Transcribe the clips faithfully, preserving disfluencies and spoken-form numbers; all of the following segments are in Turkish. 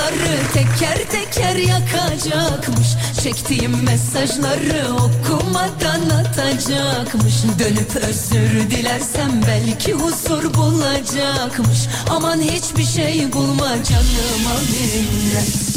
mektupları teker teker yakacakmış. Çektiğim mesajları okumadan atacakmış. Dönüp özür dilersem belki huzur bulacakmış. Aman hiçbir şey bulma canıma minnet.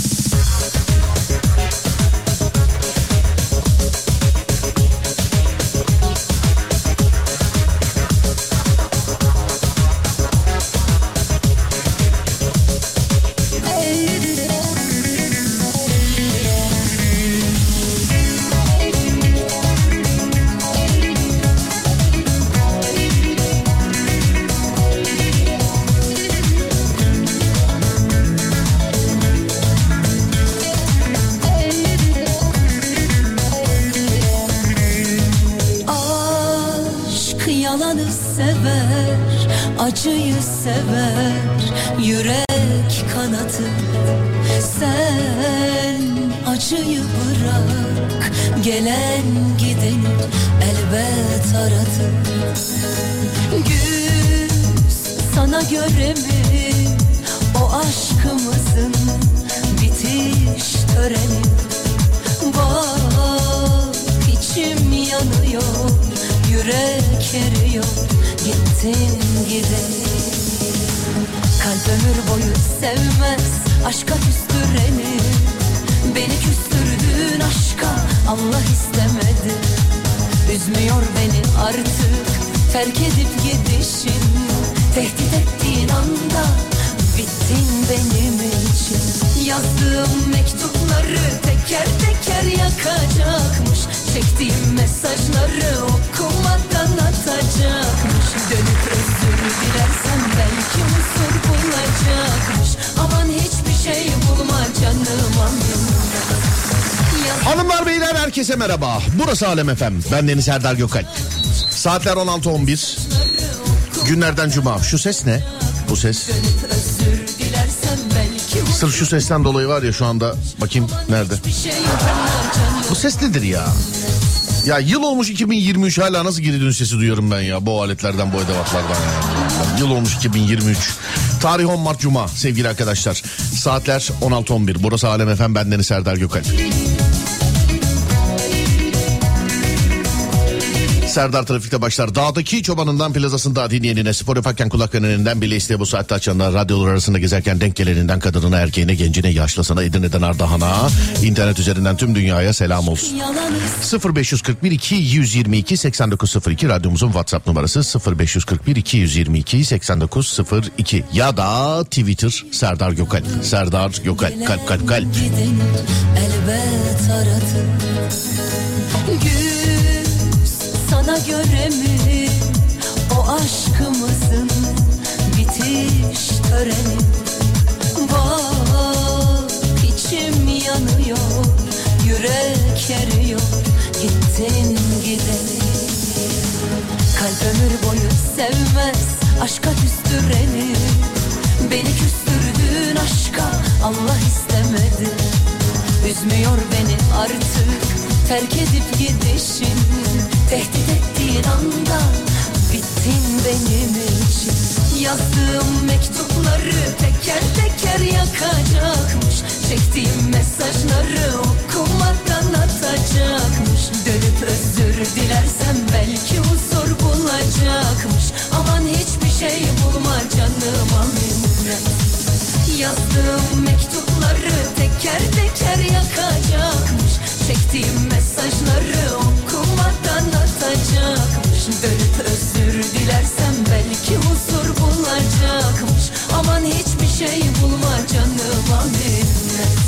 Acıyı sever yürek kanatı. Sen acıyı bırak, gelen gideni elbet aratır. Güz sana göre mi o aşkımızın bitiş töreni? Bak içim yanıyor, yürek eriyor. Gittin gideni. Kalp ömür boyu sevmez aşka küstüreni. Beni küstürdüğün aşka Allah istemedi. Üzmüyor beni artık terk edip gidişin. Tehdit ettiğin anda bittin benim için. Yazdığım mektupları teker teker yakacakmış. Çektiğim mesajları okumadan atacakmış. Dönüp özür dilersem belki huzur bulacakmış. Aman hiçbir şey bulma canıma minnet. Hanımlar beyler herkese merhaba. Burası Alem F M. Ben Deniz Serdar Gökalp. Saatler on altı on bir. Günlerden cuma. Şu ses ne? Bu ses. Sırf şu sesten dolayı var ya şu anda. Bakayım nerede? Bu ses nedir ya? Ya yıl olmuş iki bin yirmi üç, hala nasıl geri dönüş sesi duyuyorum ben ya. Bu aletlerden, bu edevatlardan yani. Yıl olmuş iki bin yirmi üç. Tarih on Mart Cuma sevgili arkadaşlar. Saatler on altı on bir. Burası Alem F M. Ben Deniz Serdar Gökalp. Serdar trafikte başlar. Dağdaki çobanından plazasında dinleyenine, spor yaparken kulaklarının önünden bile isteye bu saatte açanlar, radyolar arasında gezerken denk geleninden kadınına, erkeğine, gencine, yaşlısına, Edirne'den Ardahan'a, internet üzerinden tüm dünyaya selam olsun. sıfır beş kırk bir iki yüz yirmi iki seksen dokuz sıfır iki radyomuzun WhatsApp numarası sıfır beş kırk bir iki yüz yirmi iki seksen dokuz sıfır iki ya da Twitter Serdar Gökalp. Serdar Gökalp, kalp kalp kalp. Elbet aratır. Sana göre mi o aşkımızın bitiş töreni? Bak içim yanıyor, yürek eriyor. Gittin gideni. Kalp ömür boyu sevmez aşka küstüreni. Beni küstürdüğün aşka Allah istemedi. Üzmüyor beni artık terk edip gidişin. Tehdit ettiğin anda bittin benim için. Yazdığım mektupları teker teker yakacakmış. Çektiğim mesajları okumadan atacakmış. Dönüp özür dilersem belki huzur bulacakmış. Aman hiçbir şey bulma canıma minnet. Yazdığım mektupları teker teker yakacakmış. Çektiğim mesajları okumadan atacakmış. Dönüp özür dilersem belki huzur bulacakmış. Aman hiçbir şey bulma canıma minnet.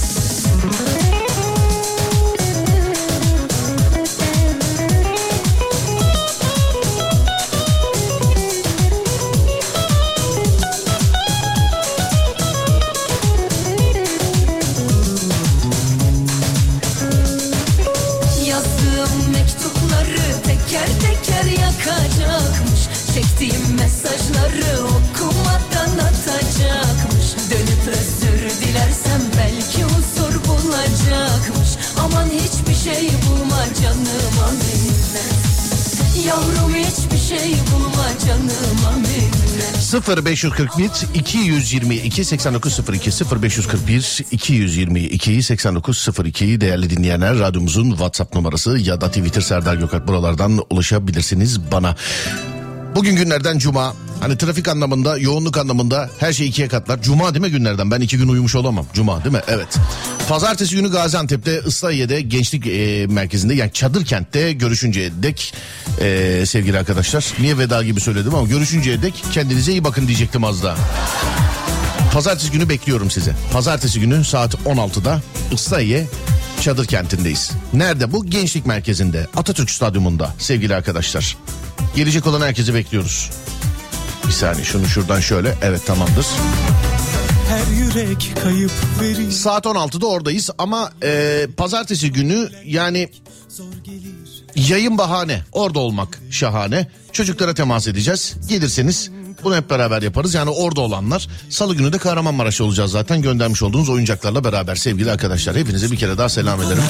Çektiğim mesajları okumadan atacakmış. Dönüp özür dilersem belki huzur bulacakmış. Aman hiçbir şey bulma canıma minnet. Yavrum hiçbir şey bulma canıma minnet. sıfır beş kırk bir iki yüz yirmi iki seksen dokuz sıfır iki sıfır beş kırk bir iki yüz yirmi iki seksen dokuz sıfır iki değerli dinleyenler, radyomuzun WhatsApp numarası ya da Twitter Serdar Gökalp, buralardan ulaşabilirsiniz bana. Bugün günlerden cuma. Hani trafik anlamında, yoğunluk anlamında her şey ikiye katlar. Cuma değil mi günlerden? Ben iki gün uyumuş olamam. Cuma değil mi? Evet. Pazartesi günü Gaziantep'te Islahiye'de Gençlik e, Merkezi'nde, yani Çadır Kent'te görüşünceye dek e, sevgili arkadaşlar. Niye veda gibi söyledim ama görüşünceye dek kendinize iyi bakın diyecektim az daha. Pazartesi günü bekliyorum sizi. Pazartesi günü saat on altıda Islahiye Çadır Kent'indeyiz. Nerede bu? Gençlik Merkezi'nde, Atatürk Stadyumunda sevgili arkadaşlar. Gelecek olan herkesi bekliyoruz. Bir saniye şunu şuradan şöyle. Evet, tamamdır. Her yürek kayıp verir. Saat on altıda oradayız ama e, pazartesi günü yani yayın bahane. Orada olmak şahane. Çocuklara temas edeceğiz. Gelirseniz bunu hep beraber yaparız. Yani orada olanlar. Salı günü de Kahramanmaraş'ta olacağız zaten. Göndermiş olduğunuz oyuncaklarla beraber sevgili arkadaşlar. Hepinize bir kere daha selam ederim.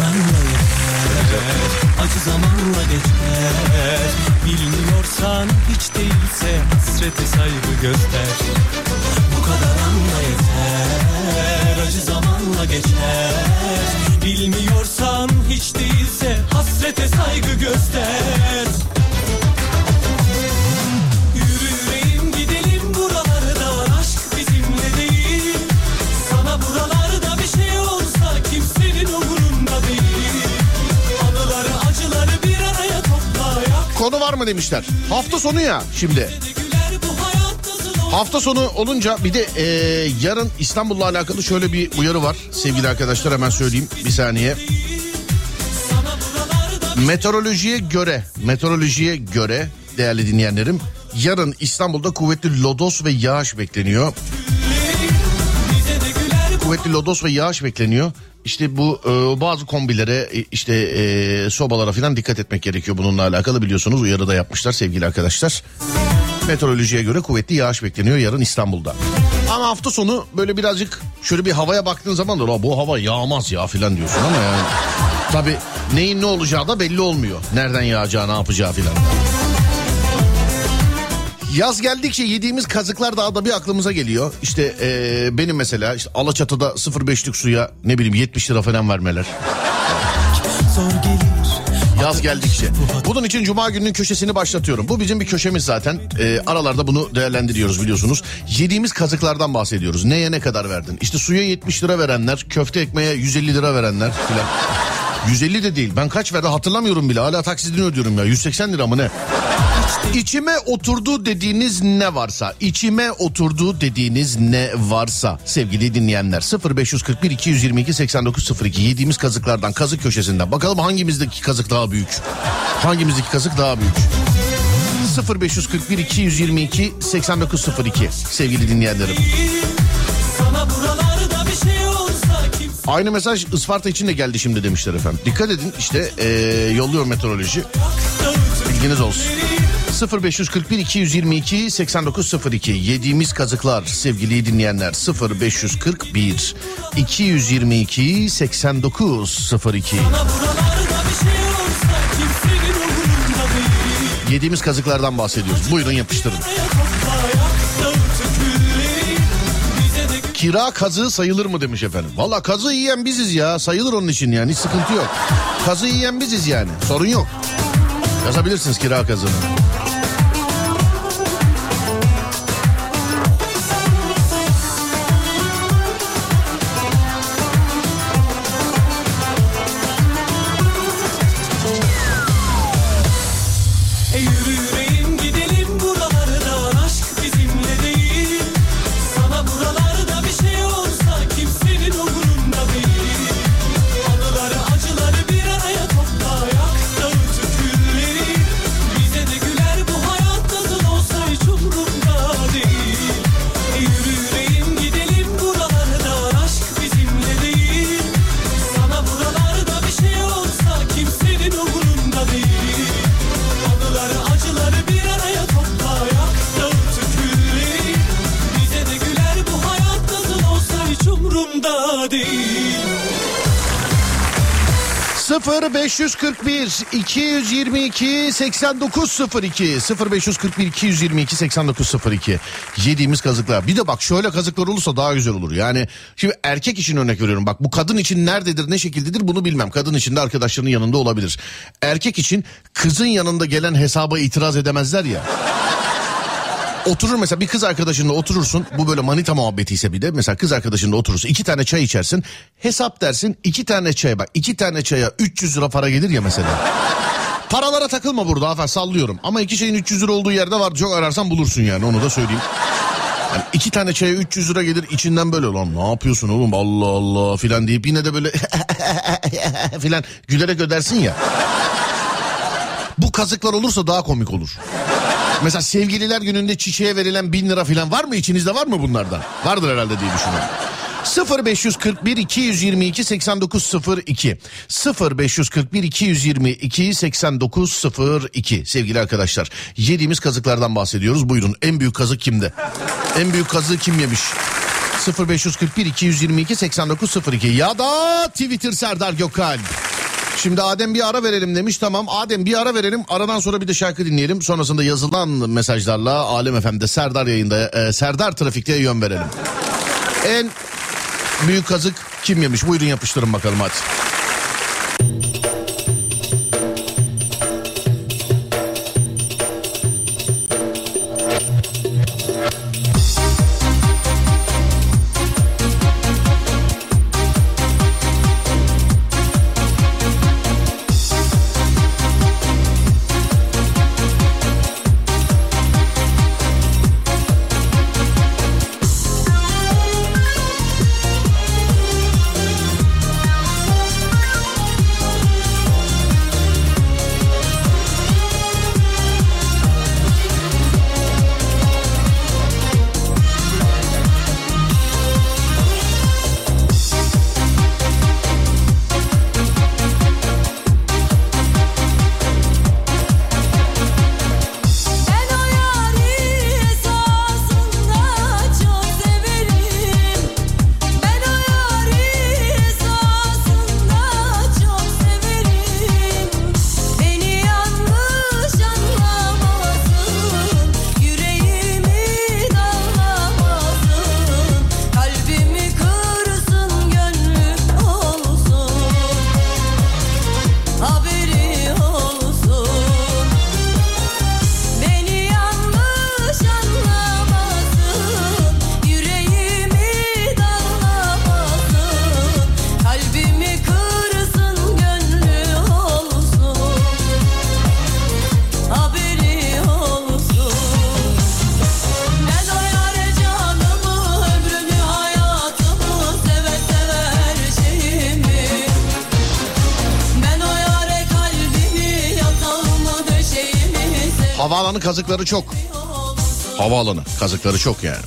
Acı zamanla geçer. Bilmiyorsan hiç değilse hasrete saygı göster. Bu kadar anla yeter. Acı zamanla geçer. Bilmiyorsan hiç değilse hasrete saygı göster. Yürüyeyim gidelim buralardan, aşk bizimle değil. Sana buralarda bir şey olsa kimsenin umurunda değil. Anıları acıları bir araya topla. Konu var mı demişler. Hafta sonu ya şimdi. Hafta sonu olunca bir de e, yarın İstanbul'la alakalı şöyle bir uyarı var sevgili arkadaşlar, hemen söyleyeyim bir saniye. Meteorolojiye göre, meteorolojiye göre değerli dinleyenlerim, yarın İstanbul'da kuvvetli lodos ve yağış bekleniyor. Kuvvetli lodos ve yağış bekleniyor. İşte bu e, bazı kombilere, işte e, sobalara falan dikkat etmek gerekiyor bununla alakalı, biliyorsunuz uyarı da yapmışlar sevgili arkadaşlar. Meteorolojiye göre kuvvetli yağış bekleniyor yarın İstanbul'da. Ama hafta sonu böyle birazcık şöyle bir havaya baktığın zaman da bu hava yağmaz ya falan diyorsun ama yani tabii neyin ne olacağı da belli olmuyor. Nereden yağacağı, ne yapacağı falan. Yaz geldikçe yediğimiz kazıklar daha da bir aklımıza geliyor. İşte ee, benim mesela işte Alaçatı'da sıfır beşlik suya ne bileyim yetmiş lira falan vermeler. Zor gelir. Yaz geldikçe. Bunun için Cuma gününün köşesini başlatıyorum. Bu bizim bir köşemiz zaten. Ee, aralarda bunu değerlendiriyoruz biliyorsunuz. Yediğimiz kazıklardan bahsediyoruz. Neye ne kadar verdin? İşte suya yetmiş lira verenler, köfte ekmeğe yüz elli lira verenler filan. yüz elli de değil. Ben kaç verdi hatırlamıyorum bile. Hala taksidini ödüyorum ya. yüz seksen lira mı ne? İçime oturdu dediğiniz ne varsa, içime oturdu dediğiniz ne varsa sevgili dinleyenler, sıfır beş kırk bir iki yüz yirmi iki seksen dokuz sıfır iki yediğimiz kazıklardan, kazık köşesinden bakalım hangimizdeki kazık daha büyük? Hangimizdeki kazık daha büyük? sıfır beş kırk bir iki yüz yirmi iki seksen dokuz sıfır iki sevgili dinleyenlerim. Aynı mesaj Isparta için de geldi şimdi demişler efendim. Dikkat edin işte ee, yolluyor meteoroloji. Bilginiz olsun. sıfır beş kırk bir iki yüz yirmi iki seksen dokuz sıfır iki yediğimiz kazıklar sevgili dinleyenler, sıfır beş kırk bir iki yüz yirmi iki seksen dokuz sıfır iki. Yediğimiz kazıklardan bahsediyoruz. Buyurun yapıştırın. Kira kazığı sayılır mı demiş efendim. Valla kazığı yiyen biziz ya, sayılır onun için yani, hiç sıkıntı yok. Kazığı yiyen biziz yani, sorun yok. Yazabilirsiniz kira kazığını. sıfır beş kırk bir iki yüz yirmi iki seksen dokuz sıfır iki sıfır beş kırk bir iki yüz yirmi iki seksen dokuz sıfır iki yediğimiz kazıklar. Bir de bak şöyle kazıklar olursa daha güzel olur. Yani şimdi erkek için örnek veriyorum. Bak bu kadın için nerededir, ne şekildedir bunu bilmem. Kadın için de arkadaşlarının yanında olabilir. Erkek için kızın yanında gelen hesaba itiraz edemezler ya. Oturur mesela bir kız arkadaşınla oturursun, bu böyle manita muhabbeti ise bir de mesela kız arkadaşınla oturursun, iki tane çay içersin, hesap dersin, iki tane çaya bak iki tane çaya üç yüz lira para gelir ya mesela. Paralara takılma burada aferin, sallıyorum ama iki çayın üç yüz lira olduğu yerde var, çok ararsan bulursun yani, onu da söyleyeyim. Yani iki tane çaya üç yüz lira gelir, içinden böyle lan ne yapıyorsun oğlum Allah Allah filan deyip yine de böyle filan gülerek ödersin ya. Bu kazıklar olursa daha komik olur. Mesela sevgililer gününde çiçeğe verilen bin lira falan var mı? İçinizde var mı bunlardan? Vardır herhalde diye düşünüyorum. sıfır beş kırk bir iki yüz yirmi iki seksen dokuz sıfır iki sıfır beş kırk bir iki yüz yirmi iki seksen dokuz sıfır iki sevgili arkadaşlar. Yediğimiz kazıklardan bahsediyoruz. Buyurun, en büyük kazık kimde? En büyük kazığı kim yemiş? sıfır beş kırk bir iki yüz yirmi iki seksen dokuz sıfır iki ya da Twitter Serdar Gökalp. Şimdi Adem bir ara verelim demiş. Tamam Adem bir ara verelim. Aradan sonra bir de şarkı dinleyelim. Sonrasında yazılan mesajlarla Alem F M'de Serdar yayında e, Serdar Trafik'te yön verelim. En büyük kazık kim yemiş? Buyurun yapıştırın bakalım hadi. Havaalanı kazıkları çok. Havaalanı kazıkları çok yani.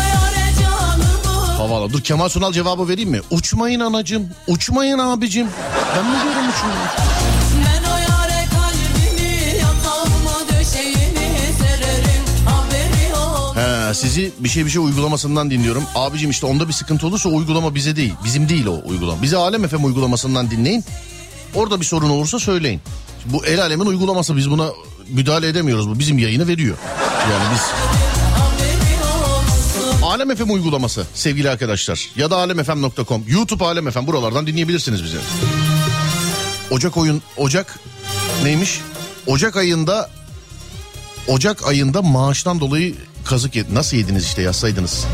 Havaalanı. Dur Kemal Sunal cevabı vereyim mi? Uçmayın anacığım, uçmayın abicim. Ben mi diyorum uçmayın? He, sizi bir şey bir şey uygulamasından dinliyorum. Abicim işte onda bir sıkıntı olursa uygulama bize değil. Bizim değil o uygulama. Bizi Alem F M uygulamasından dinleyin. Orada bir sorun olursa söyleyin. Bu El Alem'in uygulaması, biz buna müdahale edemiyoruz. Bu bizim yayını veriyor. Yani biz... Alem F M uygulaması sevgili arkadaşlar. Ya da alemfm nokta com. YouTube Alem F M, buralardan dinleyebilirsiniz bizi. Ocak oyun... Ocak... Neymiş? Ocak ayında... Ocak ayında maaştan dolayı kazık yediniz. Nasıl yediniz işte, yazsaydınız.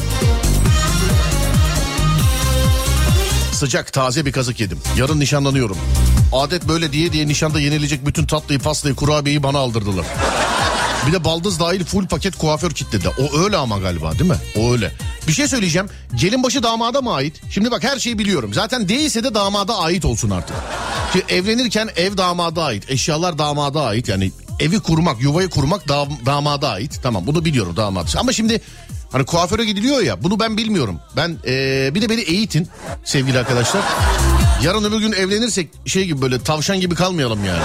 Sıcak taze bir kazık yedim. Yarın nişanlanıyorum. Adet böyle diye diye nişanda yenilecek bütün tatlıyı, pastayı, kurabiyeyi bana aldırdılar. Bir de baldız dahil full paket kuaför kitledi. O öyle ama galiba değil mi? O öyle. Bir şey söyleyeceğim. Gelin başı damada mı ait? Şimdi bak her şeyi biliyorum. Zaten değilse de damada ait olsun artık. Şimdi evlenirken ev damada ait. Eşyalar damada ait. Yani evi kurmak, yuvayı kurmak dam- damada ait. Tamam, bunu biliyorum, damat. Ama şimdi hani kuaföre gidiliyor ya, bunu ben bilmiyorum. Ben ee, bir de beni eğitin sevgili arkadaşlar. Yarın öbür gün evlenirsek şey gibi, böyle tavşan gibi kalmayalım yani.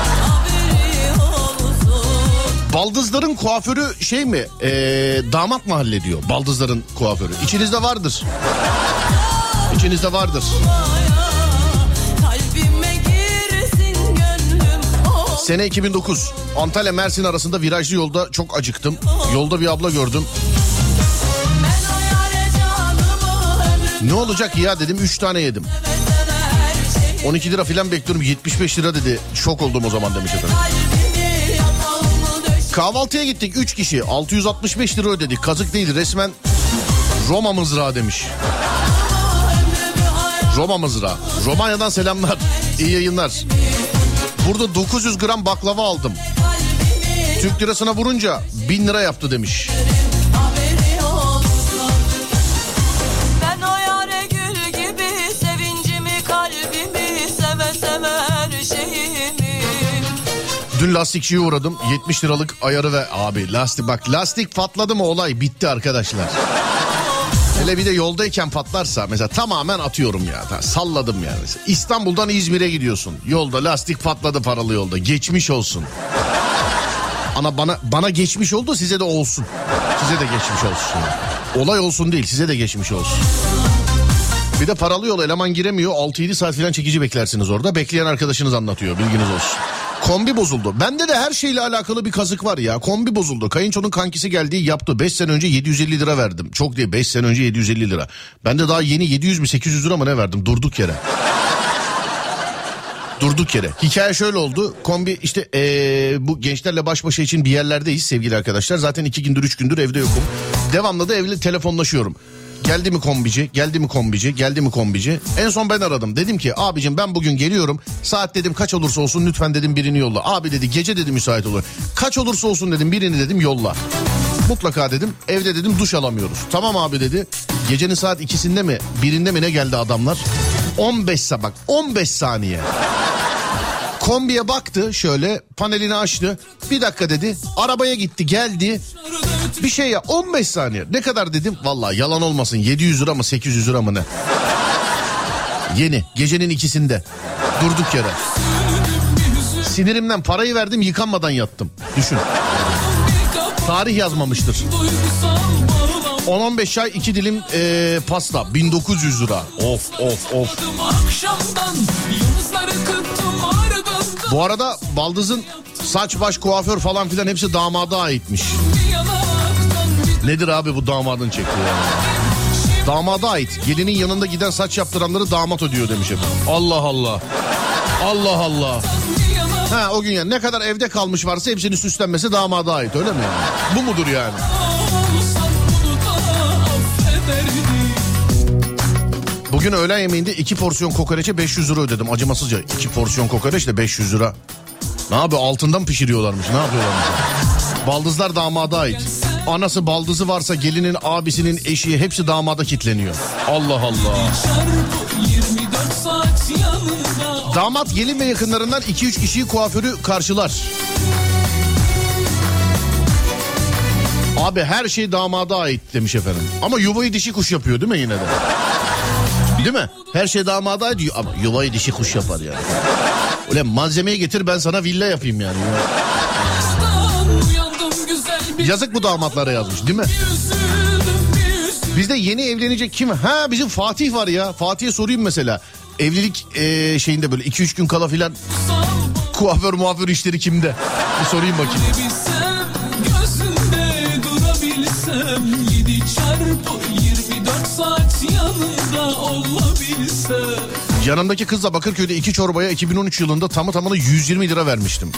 Baldızların kuaförü şey mi? Ee, damat mı hallediyor? Baldızların kuaförü. İçinizde vardır. İçinizde vardır. Sene iki bin dokuz. Antalya Mersin arasında virajlı yolda çok acıktım. Yolda bir abla gördüm. Ne olacak ya dedim, üç tane yedim. on iki lira falan bekliyorum, yetmiş beş lira dedi. Şok oldum o zaman demiş efendim. Kahvaltıya gittik üç kişi, altı yüz altmış beş lira ödedik. Kazık değil, resmen Roma mızrağı demiş. Roma mızrağı. Romanya'dan selamlar. İyi yayınlar. Burada dokuz yüz gram baklava aldım. Türk lirasına vurunca bin lira yaptı demiş. Ben o yâre gül gibi sevincimi, kalbimi, seve seve her şeyimi. Dün lastikçiye uğradım. yetmiş liralık ayarı ve abi lastik, bak lastik patladı mı olay bitti arkadaşlar. Hele bir de yoldayken patlarsa mesela tamamen atıyorum ya. Salladım yani. Mesela İstanbul'dan İzmir'e gidiyorsun. Yolda lastik patladı paralı yolda. Geçmiş olsun. Ana bana bana geçmiş oldu, size de olsun. Size de geçmiş olsun. Olay olsun değil, size de geçmiş olsun. Bir de paralı yol eleman giremiyor. altı yedi saat falan çekici beklersiniz orada. Bekleyen arkadaşınız anlatıyor, bilginiz olsun. Kombi bozuldu. Bende de her şeyle alakalı bir kazık var ya. Kombi bozuldu. Kayınçonun kankisi geldi yaptı. beş sene önce yedi yüz elli lira verdim. Çok değil, beş sene önce yedi yüz elli lira. Ben de daha yeni yedi yüz mü sekiz yüz lira mı ne verdim durduk yere. Durduk yere. Hikaye şöyle oldu. Kombi işte ee, bu gençlerle baş başa için bir yerlerdeyiz sevgili arkadaşlar. Zaten iki gündür üç gündür evde yokum. Devamlı da evle telefonlaşıyorum. Geldi mi kombici, geldi mi kombici, geldi mi kombici. En son ben aradım. Dedim ki abicim ben bugün geliyorum. Saat dedim kaç olursa olsun lütfen dedim birini yolla. Abi dedi gece dedi müsait olur. Kaç olursa olsun dedim birini dedim yolla. Mutlaka dedim, evde dedim duş alamıyoruz. Tamam abi dedi. Gecenin saat ikisinde mi birinde mi ne geldi adamlar. on beş bak on beş saniye. Kombiye baktı şöyle, panelini açtı. Bir dakika dedi, arabaya gitti geldi. Bir şey ya, on beş saniye. Ne kadar dedim, vallahi yalan olmasın yedi yüz lira mı sekiz yüz lira mı ne? Yeni gecenin ikisinde durduk yere. Sinirimden parayı verdim, yıkanmadan yattım. Düşün. Tarih yazmamıştır. on on beş ay iki dilim ee, pasta bin dokuz yüz lira. Of of of. Bu arada baldızın saç baş kuaför falan filan hepsi damada aitmiş. Nedir abi bu damadın çektiği yani? Damada ait. Gelinin yanında giden saç yaptıranları damat ödüyor demiş efendim. Allah Allah. Allah Allah. Ha o gün yani ne kadar evde kalmış varsa hepsinin süslenmesi damada ait, öyle mi yani? Bu mudur yani? Bugün öğlen yemeğinde iki porsiyon kokoreçe beş yüz lira ödedim acımasızca. iki porsiyon kokoreç de beş yüz lira. Ne yapıyor, altından pişiriyorlarmış, ne yapıyorlarmış? Baldızlar damada ait. Anası baldızı varsa gelinin abisinin eşi hepsi damada kilitleniyor. Allah Allah. Damat gelin ve yakınlarından iki üç kişiyi kuaförü karşılar. Abi her şey damada ait demiş efendim. Ama yuvayı dişi kuş yapıyor değil mi yine de? Değil mi? Her şey damada ait diyor ama yuvayı dişi kuş yapar yani. Öyle malzemeyi getir ben sana villa yapayım yani. Yazık bu damatlara yazmış değil mi? Bizde yeni evlenecek kim? Ha bizim Fatih var ya. Fatih'e sorayım mesela. Evlilik ee, şeyinde böyle iki üç gün kala filan kuaför muaför işleri kimde? Bir sorayım bakayım. Yanımdaki kızla Bakırköy'de iki çorbaya iki bin on üç yılında tamı tamına yüz yirmi lira vermiştim.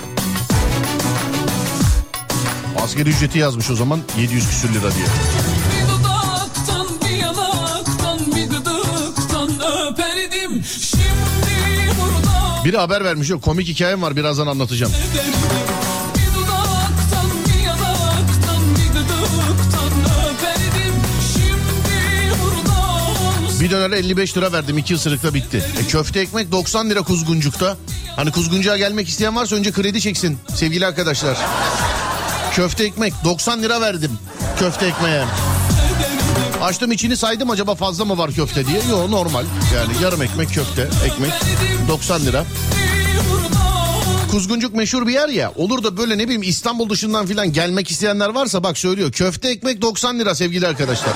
Asgari ücreti yazmış o zaman yedi yüz küsür lira diye. Bir dudaktan bir yanaktan bir gıdıktan öperdim. Şimdi burada... Biri haber vermiş, yok komik hikayem var birazdan anlatacağım. Bir dudaktan bir yanaktan bir gıdıktan öperdim. Şimdi burada... Bir dönere elli beş lira verdim, iki ısırıkla bitti. E, köfte ekmek doksan lira Kuzguncuk'ta. Hani Kuzguncuk'a gelmek isteyen varsa önce kredi çeksin sevgili arkadaşlar. Köfte ekmek doksan lira verdim köfte ekmeğe. Açtım içini saydım acaba fazla mı var köfte diye. Yok normal yani yarım ekmek köfte ekmek doksan lira. Kuzguncuk meşhur bir yer ya, olur da böyle ne bileyim İstanbul dışından filan gelmek isteyenler varsa bak söylüyor. Köfte ekmek doksan lira sevgili arkadaşlar.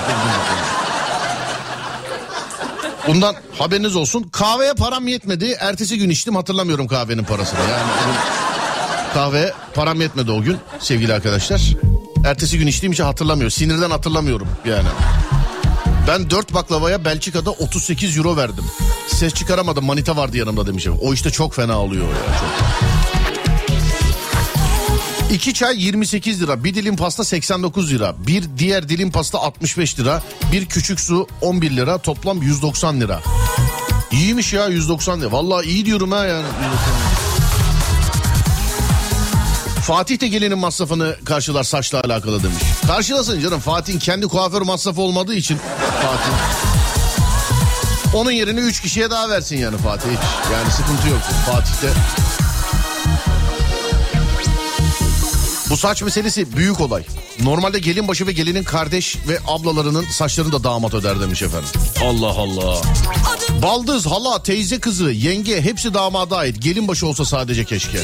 Bundan haberiniz olsun. Kahveye param yetmedi. Ertesi gün içtim, hatırlamıyorum kahvenin parasını. Yani Kahve param yetmedi o gün sevgili arkadaşlar. Ertesi gün içtiğim için hatırlamıyorum. Sinirden hatırlamıyorum yani. Ben dört baklavaya Belçika'da otuz sekiz euro verdim. Ses çıkaramadım, manita vardı yanımda demişim. O işte çok fena oluyor ya. Çok. İki çay yirmi sekiz lira, bir dilim pasta seksen dokuz lira, bir diğer dilim pasta altmış beş lira, bir küçük su on bir lira, toplam yüz doksan lira. İyiymiş ya yüz doksan lira. Vallahi iyi diyorum ha yani. Fatih de gelinin masrafını karşılar saçla alakalı demiş. Karşılasın canım, Fatih'in kendi kuaför masrafı olmadığı için Fatih. Onun yerine üç kişiye daha versin yani Fatih. Hiç yani sıkıntı yok Fatih'te. Bu saç meselesi büyük olay. Normalde gelin başı ve gelinin kardeş ve ablalarının saçlarını da damat öder demiş efendim. Allah Allah. Baldız, hala, teyze kızı, yenge hepsi damada ait. Gelin başı olsa sadece keşke.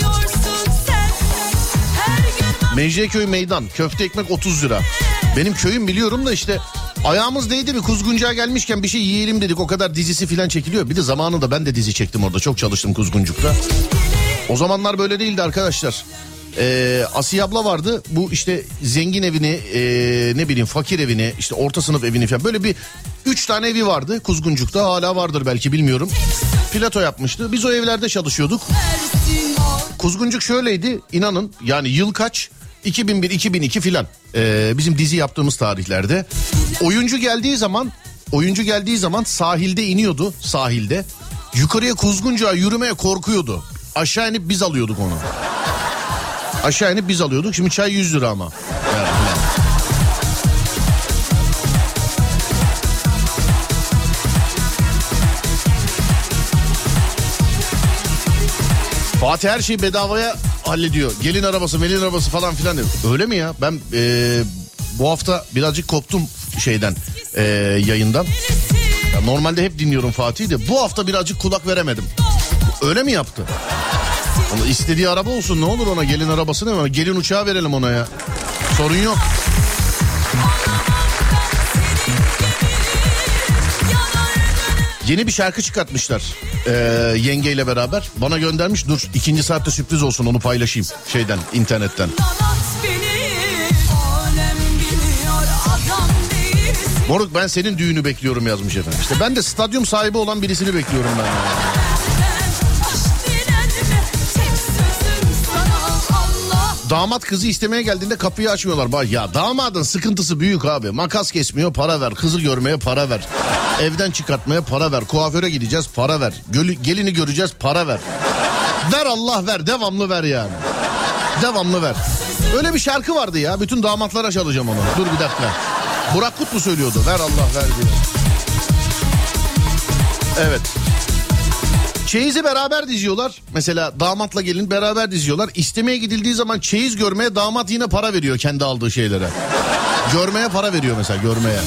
Mecidiyeköy meydan, köfte ekmek otuz lira. Benim köyüm biliyorum da işte ayağımız değdi mi Kuzguncuğa gelmişken bir şey yiyelim dedik. O kadar dizisi filan çekiliyor. Bir de zamanında ben de dizi çektim orada. Çok çalıştım Kuzguncuk'ta. O zamanlar böyle değildi arkadaşlar. Ee, Asiye abla vardı. Bu işte zengin evini, e, ne bileyim fakir evini, işte orta sınıf evini falan. Böyle bir üç tane evi vardı Kuzguncuk'ta. Hala vardır belki, bilmiyorum. Plato yapmıştı. Biz o evlerde çalışıyorduk. Kuzguncuk şöyleydi, inanın yani yıl kaç? iki bin bir iki bin iki filan. Ee, bizim dizi yaptığımız tarihlerde. Oyuncu geldiği zaman, oyuncu geldiği zaman sahilde iniyordu, sahilde. Yukarıya Kuzguncuk'a yürümeye korkuyordu. Aşağı inip biz alıyorduk onu. Aşağı inip biz alıyorduk. Şimdi çay yüz lira ama. Yani, Fatih her şeyi bedavaya hallediyor. Gelin arabası, melin arabası falan filan diyor. Öyle mi ya? Ben e, bu hafta birazcık koptum şeyden, e, yayından. Ya normalde hep dinliyorum Fatih'i de bu hafta birazcık kulak veremedim. Öyle mi yaptı? Onu istediği araba olsun, ne olur ona, gelin arabası ne var? Gelin uçağı verelim ona ya. Sorun yok. Yeni bir şarkı çıkartmışlar ee, yengeyle beraber. Bana göndermiş, dur ikinci saatte sürpriz olsun, onu paylaşayım şeyden, internetten. Moruk ben senin düğünü bekliyorum yazmış efendim. İşte ben de stadyum sahibi olan birisini bekliyorum ben. Damat kızı istemeye geldiğinde kapıyı açmıyorlar. Bak ya, damadın sıkıntısı büyük abi. Makas kesmiyor, para ver. Kızı görmeye para ver. Evden çıkartmaya para ver. Kuaföre gideceğiz, para ver. Gölü, gelini göreceğiz, para ver. Ver Allah ver, devamlı ver yani. Devamlı ver. Öyle bir şarkı vardı ya. Bütün damatlara çalacağım onu. Dur bir dakika. Burak Kut mu söylüyordu? Ver Allah ver diye. Evet. Çeyizi beraber diziyorlar. Mesela damatla gelin beraber diziyorlar. İstemeye gidildiği zaman çeyiz görmeye damat yine para veriyor kendi aldığı şeylere. Görmeye para veriyor mesela, görmeye.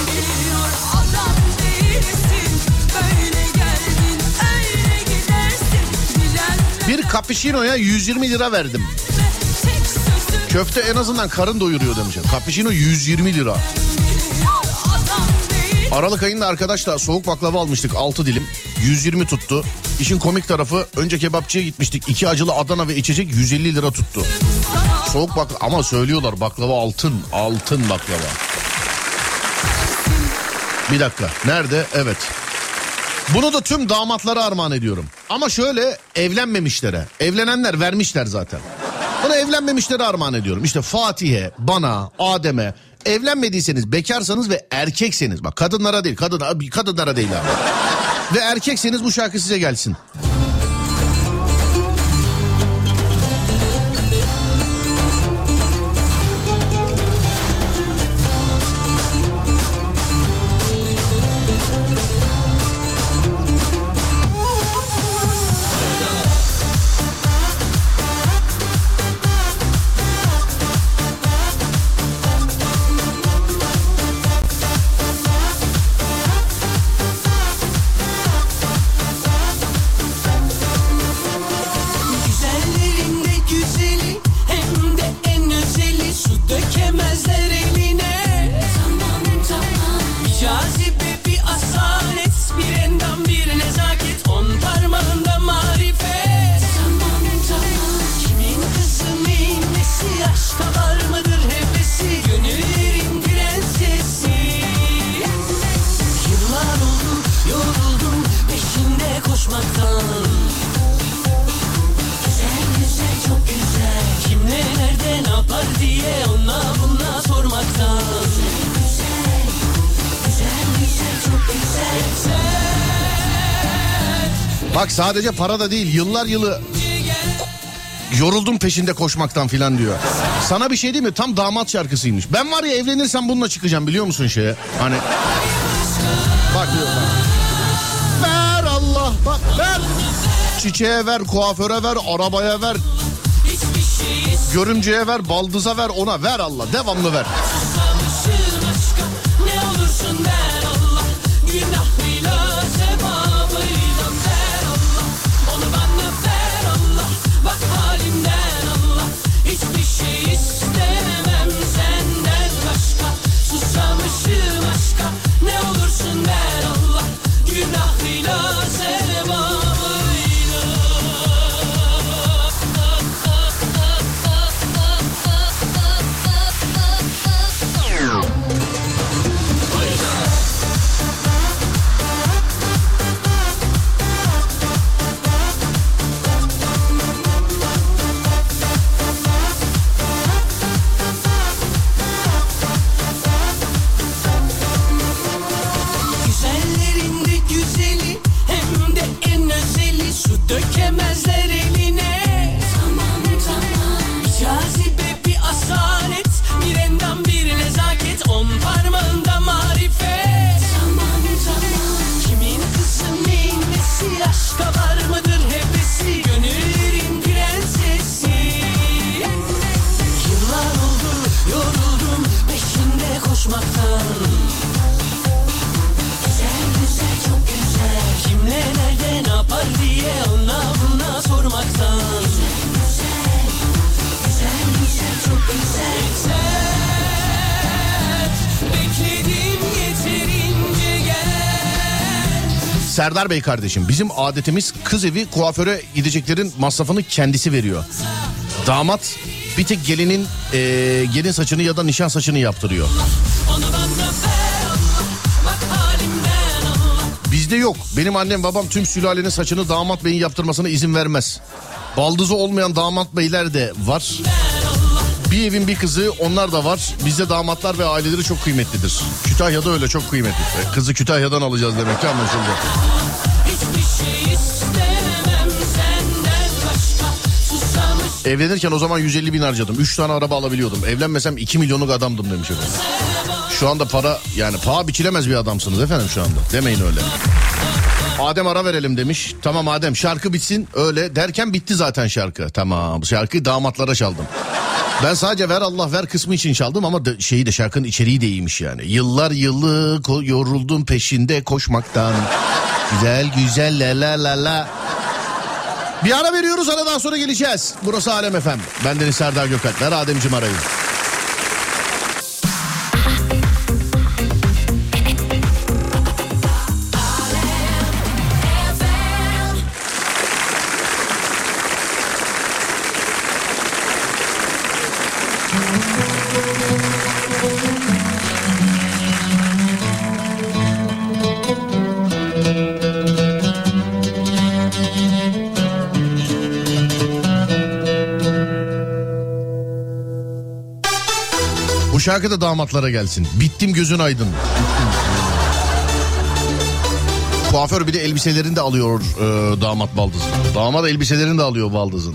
Bir cappuccino'ya yüz yirmi lira verdim. Köfte en azından karın doyuruyor demişim. Cappuccino yüz yirmi lira. Aralık ayında arkadaşlar soğuk baklava almıştık altı dilim. yüz yirmi tuttu. İşin komik tarafı, önce kebapçıya gitmiştik. iki acılı Adana ve içecek yüz elli lira tuttu. Soğuk baklava ama söylüyorlar baklava altın. Altın baklava. Bir dakika. Nerede? Evet. Bunu da tüm damatlara armağan ediyorum. Ama şöyle, evlenmemişlere. Evlenenler vermişler zaten. Bunu evlenmemişlere armağan ediyorum. İşte Fatih'e, bana, Adem'e. Evlenmediyseniz, bekarsanız ve erkekseniz, bak kadınlara değil, kadın, kadınlara değil abi. Ve erkekseniz bu şarkı size gelsin. koşmaktan. Güzel güzel çok güzel. Kim ne nerede ne yapar diye ona buna sormaktan. Güzel güzel güzel çok güzel. Güzel. Bak sadece para da değil, yıllar yılı yoruldum peşinde koşmaktan filan diyor. Sana bir şey değil mi? Tam damat şarkısıymış. Ben var ya evlenirsem bununla çıkacağım biliyor musun şeye? Hani bak diyor bak. Ver Allah bak ver. Çiçeğe ver, kuaföre ver, arabaya ver. Görümceye ver, baldıza ver, ona ver Allah. Devamlı ver. Ne olursun ver Allah. Günahıyla sevabıyla ver Allah. Onu bana ver Allah. Bak halimden Allah. Hiçbir şey istemem senden başka. Susamışım aşka. Ne olursun ver Allah. Günahıyla sevabıyla. Güzellerinde güzeli hem de en özeli, su dökemezler eline. Tamam tamam. Bir cazibe bir asalet, bir endam bir nezaket, on parmağında marifet. Tamam tamam. Kimin kızı neyin nesi, aşka var mıdır hevesi, gönüllerin prensesi. Yıllar oldu yoruldum peşinde koşmaktan. Çok güzel. Kim ne nerede ne yapar diye ona buna sormaktan. Güzel güzel, güzel güzel çok güzel. Güzel, bekledim yeterince gel. Serdar Bey kardeşim, bizim adetimiz kız evi kuaföre gideceklerin masrafını kendisi veriyor. Damat bir tek gelinin e, gelin saçını ya da nişan saçını yaptırıyor. Onu bana ver Allah. Bak halimden Allah. Bizde yok. Benim annem babam tüm sülalenin saçını damat beyin yaptırmasına izin vermez. Baldızı olmayan damat beyler de var. Bir evin bir kızı, onlar da var. Bizde damatlar ve aileleri çok kıymetlidir. Kütahya'da öyle çok kıymetli. Kızı Kütahya'dan alacağız demek ki, anlaşıldı. Hiçbir şey istemem senden başka. Susamış. Evlenirken o zaman yüz elli bin harcadım. üç tane araba alabiliyordum. Evlenmesem iki milyonluk adamdım demiş efendim. Şu anda para, yani paha biçilemez bir adamsınız efendim şu anda. Demeyin öyle. Adem ara verelim demiş. Tamam Adem, şarkı bitsin, öyle derken bitti zaten şarkı. Tamam, şarkıyı damatlara çaldım. Ben sadece ver Allah ver kısmı için çaldım ama de, şeyi de, şarkının içeriği de iyiymiş yani. Yıllar yılı ko- yoruldum peşinde koşmaktan. Güzel güzel la la la la. Bir ara veriyoruz, aradan sonra geleceğiz. Burası Alem F M. Bendeniz Serdar Gökalp. Ver Ademciğim arayı. Bu şarkı da damatlara gelsin. Bittim gözün aydın. Kuaför bir de elbiselerini de alıyor e, damat baldızın. Damat elbiselerini de alıyor baldızın.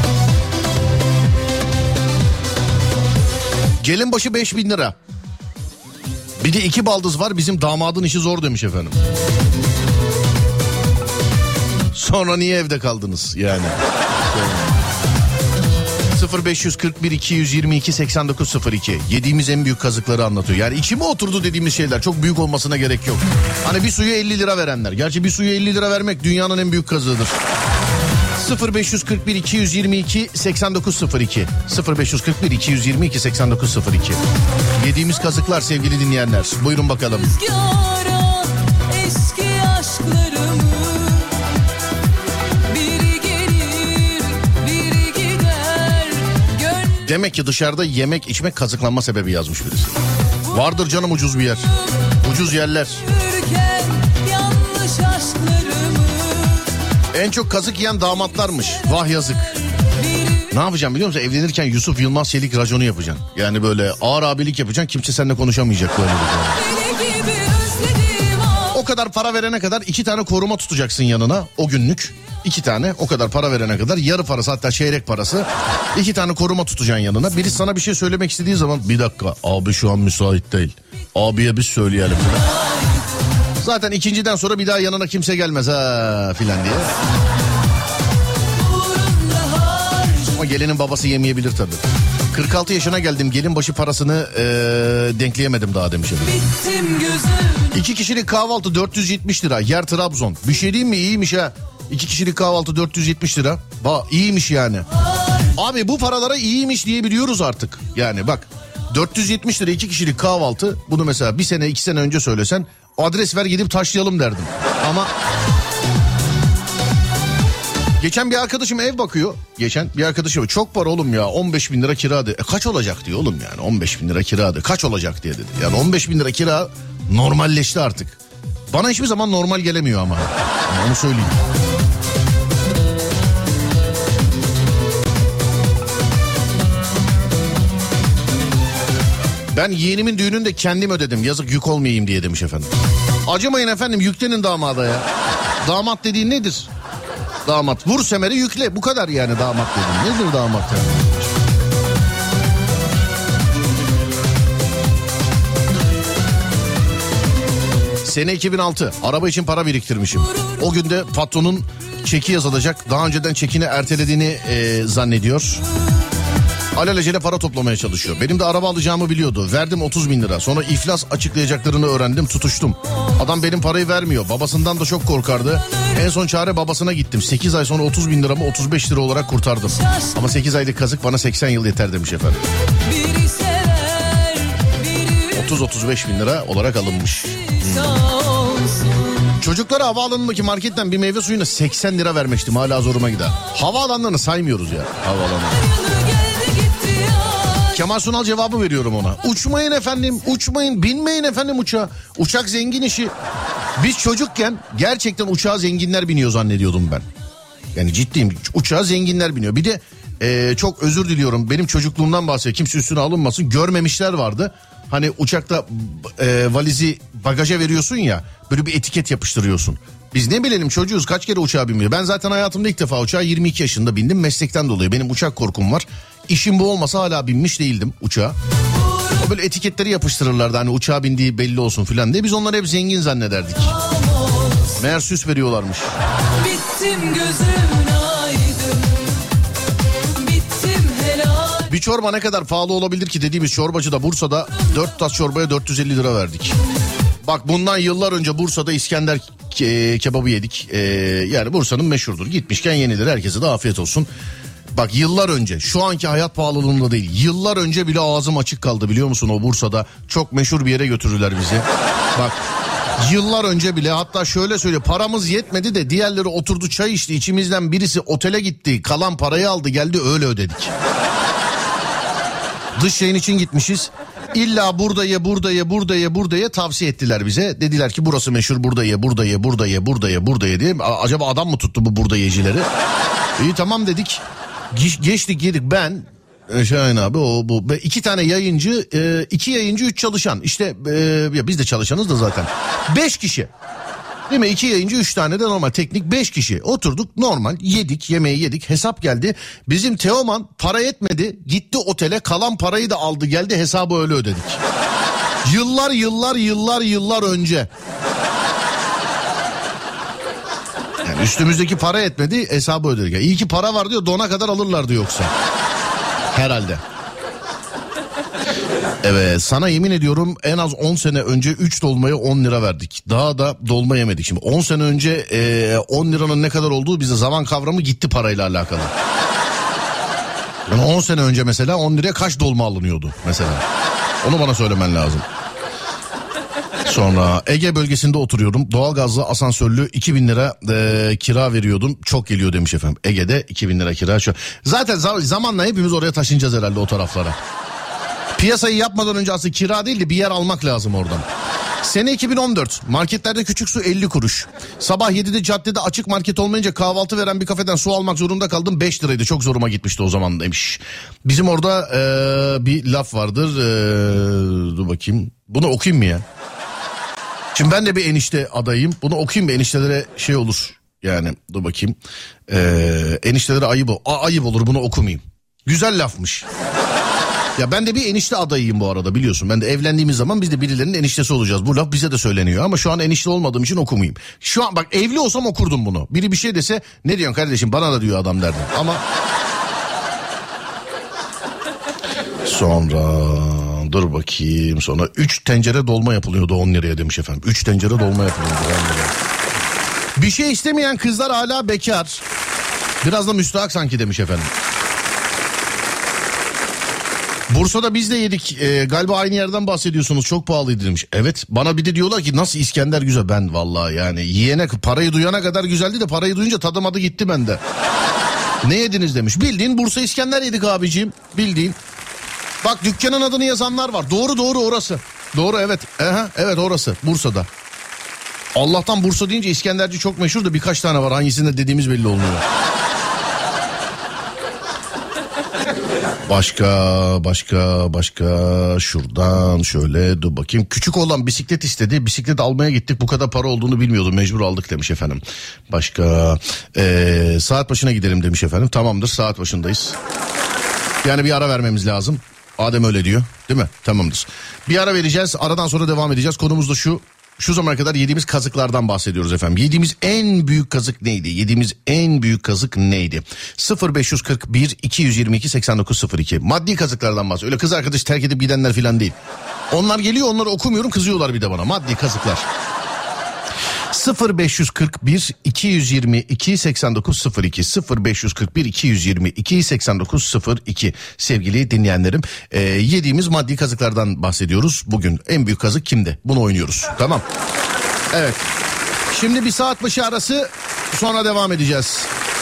Gelin başı beş bin lira. Bir de iki baldız var, bizim damadın işi zor demiş efendim. Sonra niye evde kaldınız yani? sıfır beş kırk bir iki yüz yirmi iki seksen dokuz sıfır iki. Yediğimiz en büyük kazıkları anlatıyor. Yani içime oturdu dediğimiz şeyler, çok büyük olmasına gerek yok. Hani bir suya elli lira verenler. Gerçi bir suya elli lira vermek dünyanın en büyük kazığıdır. sıfır beş kırk bir iki yüz yirmi iki seksen dokuz sıfır iki. sıfır beş kırk bir iki yüz yirmi iki seksen dokuz sıfır iki. Yediğimiz kazıklar sevgili dinleyenler. Buyurun bakalım. Rüzgara eski aşklarımı, biri gelir biri gider. Gönlüm Demek ki dışarıda yemek içmek kazıklanma sebebi yazmış birisi. Vardır canım ucuz bir yer. Ucuz yerler. yürürken yanlış aşklarımı, En çok kazık yiyen damatlarmış. Vah yazık. Ne yapacağım biliyor musun? Evlenirken Yusuf Yılmaz Çelik raconu yapacaksın. Yani böyle ağır abilik yapacaksın. Kimse seninle konuşamayacak böyle bir şey. O kadar para verene kadar iki tane koruma tutacaksın yanına o günlük. İki tane o kadar para verene kadar yarı parası hatta çeyrek parası iki tane koruma tutacaksın yanına. Biri sana bir şey söylemek istediği zaman bir dakika abi şu an müsait değil. Abiye biz söyleyelim. Zaten ikinciden sonra bir daha yanına kimse gelmez ha filan diye. Ama gelinin babası yemeyebilir tabii. kırk altı yaşına geldim gelin başı parasını ee, denkleyemedim daha demiş. İki kişilik kahvaltı dört yüz yetmiş lira yer Trabzon. Bir şey diyeyim mi iyiymiş ha. İki kişilik kahvaltı dört yüz yetmiş lira. Ba iyiymiş yani. Abi bu paralara iyiymiş diyebiliyoruz artık. Yani bak dört yüz yetmiş lira iki kişilik kahvaltı bunu mesela bir sene iki sene önce söylesen adres ver gidip taşlayalım derdim. Ama geçen bir arkadaşım ev bakıyor. Geçen bir arkadaşım çok para oğlum ya on beş bin lira kira dedi. E kaç olacak diyor oğlum yani on beş bin lira kira dedi. Kaç olacak diye dedi. Yani on beş bin lira kira normalleşti artık. Bana hiçbir zaman normal gelemiyor ama. Yani onu söyleyeyim. Ben yeğenimin düğününü de kendim ödedim. Yazık yük olmayayım diye demiş efendim. Acımayın efendim yüklenin damada ya. Damat dediğin nedir? Damat vur semeri yükle bu kadar yani damat dediğin. Nedir damat yani? Sene iki bin altı araba için para biriktirmişim. O günde patronun çeki yazılacak. Daha önceden çekini ertelediğini e, zannediyor. Alelacele para toplamaya çalışıyor. Benim de araba alacağımı biliyordu. Verdim otuz bin lira. Sonra iflas açıklayacaklarını öğrendim. Tutuştum. Adam benim parayı vermiyor. Babasından da çok korkardı. En son çare babasına gittim. sekiz ay sonra otuz bin liramı otuz beş lira olarak kurtardım. Ama sekiz aylık kazık bana seksen yıl yeter demiş efendim. otuz otuz beş bin lira olarak alınmış. Hmm. Çocuklara havaalanındaki marketten bir meyve suyuna seksen lira vermiştim. Hala zoruma gider. Havaalanlarını saymıyoruz ya. Havaalanı. Kemal Sunal cevabı veriyorum ona. Uçmayın efendim, uçmayın, binmeyin efendim uçağa. Uçak zengin işi. Biz çocukken gerçekten uçağa zenginler biniyor zannediyordum ben. Yani ciddiyim, uçağa zenginler biniyor. Bir de e, çok özür diliyorum, benim çocukluğumdan bahsediyor. Kimse üstüne alınmasın. Görmemişler vardı. Hani uçakta e, valizi bagaja veriyorsun ya, böyle bir etiket yapıştırıyorsun. Biz ne bilelim çocuğuz, kaç kere uçağa binmiyor. Ben zaten hayatımda ilk defa uçağa yirmi iki yaşında bindim, meslekten dolayı. Benim uçak korkum var. İşim bu olmasa hala binmiş değildim uçağa. O böyle etiketleri yapıştırırlardı, hani uçağa bindiği belli olsun filan diye. Biz onları hep zengin zannederdik. Meğer süs veriyorlarmış. Bittim gözün aydın. Bittim helal. Bir çorba ne kadar pahalı olabilir ki dediğimiz çorbacıda Bursa'da dört tas çorbaya dört yüz elli lira verdik. Bak bundan yıllar önce Bursa'da İskender ke- kebabı yedik. Ee, yani Bursa'nın meşhurdur. Gitmişken yenilir, herkese de afiyet olsun. Bak yıllar önce, şu anki hayat pahalılığında değil, yıllar önce bile ağzım açık kaldı biliyor musun o Bursa'da. Çok meşhur bir yere götürürler bizi. Bak yıllar önce bile, hatta şöyle söyle, paramız yetmedi de diğerleri oturdu çay içti. İçimizden birisi otele gitti, kalan parayı aldı geldi, öyle ödedik. Dış yayın için gitmişiz. İlla burada ye, burada ye, burada ye, burada ye tavsiye ettiler bize. Dediler ki burası meşhur, burada ye, burada ye, burada ye, burada ye, burada ye diye. Acaba adam mı tuttu bu burada yecileri? İyi tamam dedik. Geç, geçtik yedik ben, Şahin abi o bu. iki tane yayıncı, iki yayıncı, üç çalışan. İşte ya biz de çalışanız da zaten. Beş kişi. Değil mi? İki yayıncı, üç tane de normal teknik, beş kişi. Oturduk normal, yedik, yemeği yedik, hesap geldi. Bizim Teoman para yetmedi, gitti otele, kalan parayı da aldı geldi, hesabı öyle ödedik. Yıllar yıllar yıllar yıllar önce. Yani üstümüzdeki para yetmedi, hesabı ödedik. Yani iyi ki para var diyor, dona kadar alırlardı yoksa. Herhalde. Evet, sana yemin ediyorum en az on sene önce üç dolmaya on lira verdik. Daha da dolma yemedik. Şimdi on sene önce e, on liranın ne kadar olduğu bize zaman kavramı gitti parayla alakalı. Yani on sene önce mesela on liraya kaç dolma alınıyordu mesela. Onu bana söylemen lazım. Sonra Ege bölgesinde oturuyorum. Doğalgazlı asansörlü iki bin lira e, kira veriyordum. Çok geliyor demiş efendim. Ege'de iki bin lira kira. Şu. Zaten zamanla hepimiz oraya taşınacağız herhalde, o taraflara. Piyasayı yapmadan önce aslında kira değil de bir yer almak lazım oradan. Sene iki bin on dört. Marketlerde küçük su elli kuruş. Sabah yedide caddede açık market olmayınca kahvaltı veren bir kafeden su almak zorunda kaldım. beş liraydı. Çok zoruma gitmişti o zaman demiş. Bizim orada ee, bir laf vardır. Ee, dur bakayım. Bunu okuyayım mı ya? Şimdi ben de bir enişte adayım. Bunu okuyayım mı? Eniştelere şey olur. Yani dur bakayım. Ee, eniştelere ayıp, A, ayıp olur, bunu okumayayım. Güzel lafmış. Ya ben de bir enişte adayıyım bu arada, biliyorsun. Ben de evlendiğimiz zaman biz de birilerinin eniştesi olacağız. Bu laf bize de söyleniyor ama şu an enişte olmadığım için okumayayım. Şu an bak, evli olsam okurdum bunu. Biri bir şey dese ne diyorsun kardeşim bana da diyor adam derdim. Ama sonra dur bakayım, sonra üç tencere dolma yapılıyordu on liraya demiş efendim. üç tencere dolma yapılıyordu on liraya. Bir şey istemeyen kızlar hala bekar. Biraz da müstahak sanki demiş efendim. Bursa'da biz de yedik. Ee, galiba aynı yerden bahsediyorsunuz. Çok pahalıydı demiş. Evet, bana bir de diyorlar ki nasıl İskender güzel. Ben vallahi yani yiyene, parayı duyana kadar güzeldi de parayı duyunca tadım adı gitti bende. Ne yediniz demiş. Bildiğin Bursa İskender yedik abiciğim. Bildiğin. Bak dükkanın adını yazanlar var. Doğru doğru orası. Doğru evet. Aha, evet orası Bursa'da. Allah'tan Bursa deyince İskenderci çok meşhur da birkaç tane var. Hangisinde dediğimiz belli olmuyor. Başka başka başka şuradan şöyle dur bakayım. Küçük olan bisiklet istedi. Bisiklet almaya gittik. Bu kadar para olduğunu bilmiyordum. Mecbur aldık demiş efendim. Başka ee, saat başına gidelim demiş efendim. Tamamdır, saat başındayız. Yani bir ara vermemiz lazım. Adem öyle diyor değil mi? Tamamdır. Bir ara vereceğiz. Aradan sonra devam edeceğiz. Konumuz da şu. Şu zamana kadar yediğimiz kazıklardan bahsediyoruz efendim. Yediğimiz en büyük kazık neydi? Yediğimiz en büyük kazık neydi? sıfır beş kırk bir iki yüz yirmi iki seksen dokuz sıfır iki. Maddi kazıklardan bahsediyor. Öyle kız arkadaş terk edip gidenler falan değil. Onlar geliyor, onları okumuyorum, kızıyorlar bir de bana. Maddi kazıklar. sıfır beş kırk bir iki yüz yirmi iki seksen dokuz sıfır iki sıfır beş kırk bir iki yüz yirmi iki seksen dokuz sıfır iki sevgili dinleyenlerim, e, yediğimiz maddi kazıklardan bahsediyoruz. Bugün en büyük kazık kimdi? Bunu oynuyoruz. Tamam. Evet. Şimdi bir saat başı arası, sonra devam edeceğiz.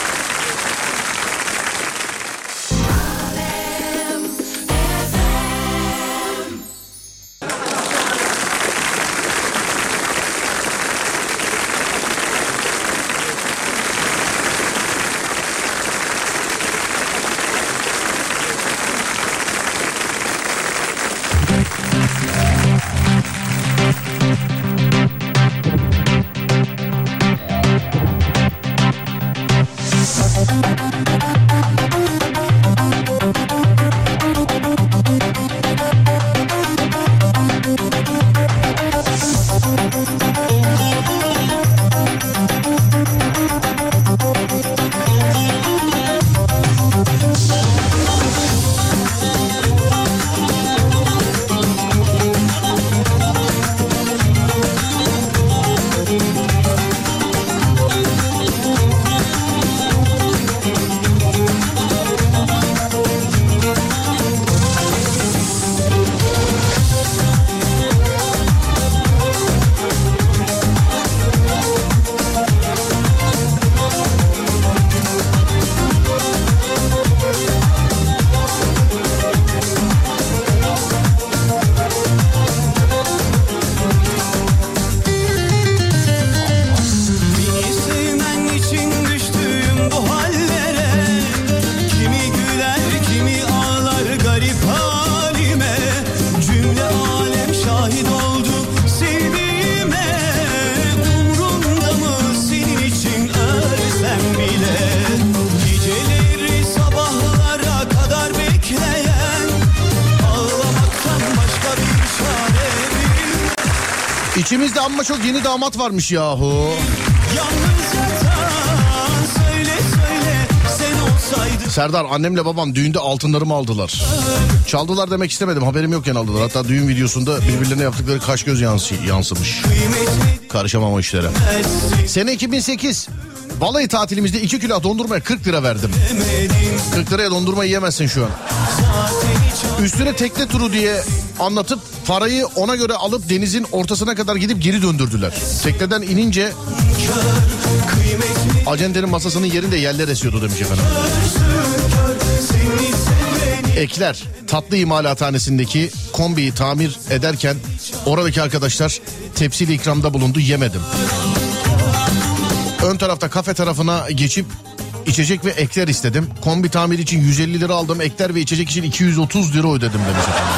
İçimizde amma çok yeni damat varmış yahu. Söyle, söyle, Serdar, annemle babam düğünde altınlarımı aldılar. Çaldılar demek istemedim, haberim yokken aldılar. Hatta düğün videosunda birbirlerine yaptıkları kaş göz yansı, yansımış. Karışamam o işlere. Sene iki bin sekiz. Balayı tatilimizde iki kilo dondurmaya kırk lira verdim. kırk liraya dondurma yiyemezsin şu an. Üstüne tekne turu diye anlatıp parayı ona göre alıp denizin ortasına kadar gidip geri döndürdüler. Tekneden inince acentenin masasının yerinde yerler esiyordu demiş efendim. Ekler tatlı imalathanesindeki kombiyi tamir ederken Oradaki arkadaşlar tepsiyle ikramda bulundu, yemedim. Ön tarafta kafe tarafına geçip içecek ve ekler istedim. Kombi tamiri için yüz elli lira aldım. Ekler ve içecek için iki yüz otuz lira ödedim demiş efendim.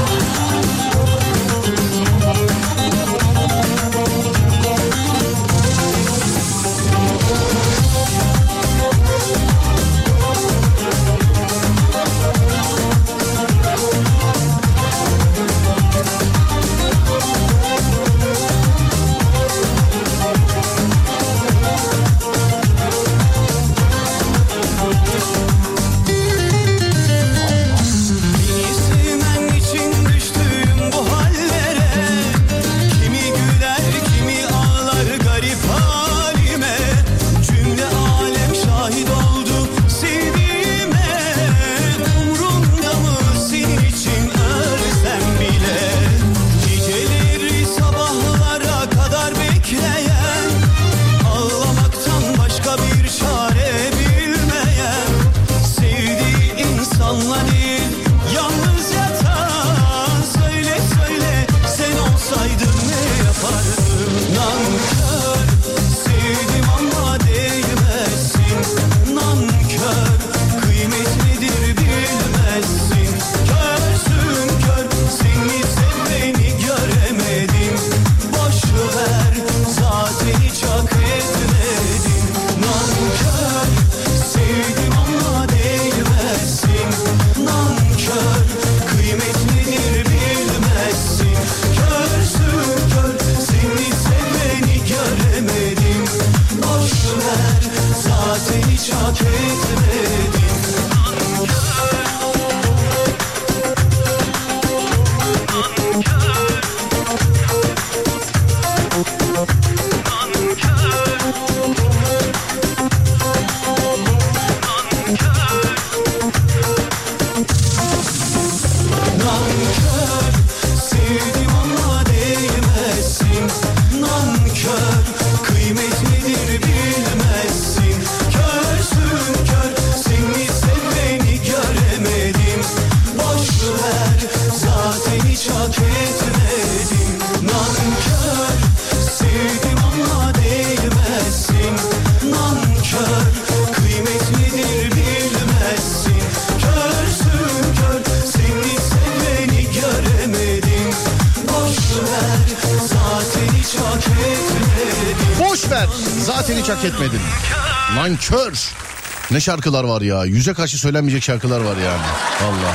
Nankör. Ne şarkılar var ya. Yüze karşı söylenmeyecek şarkılar var yani. Vallahi.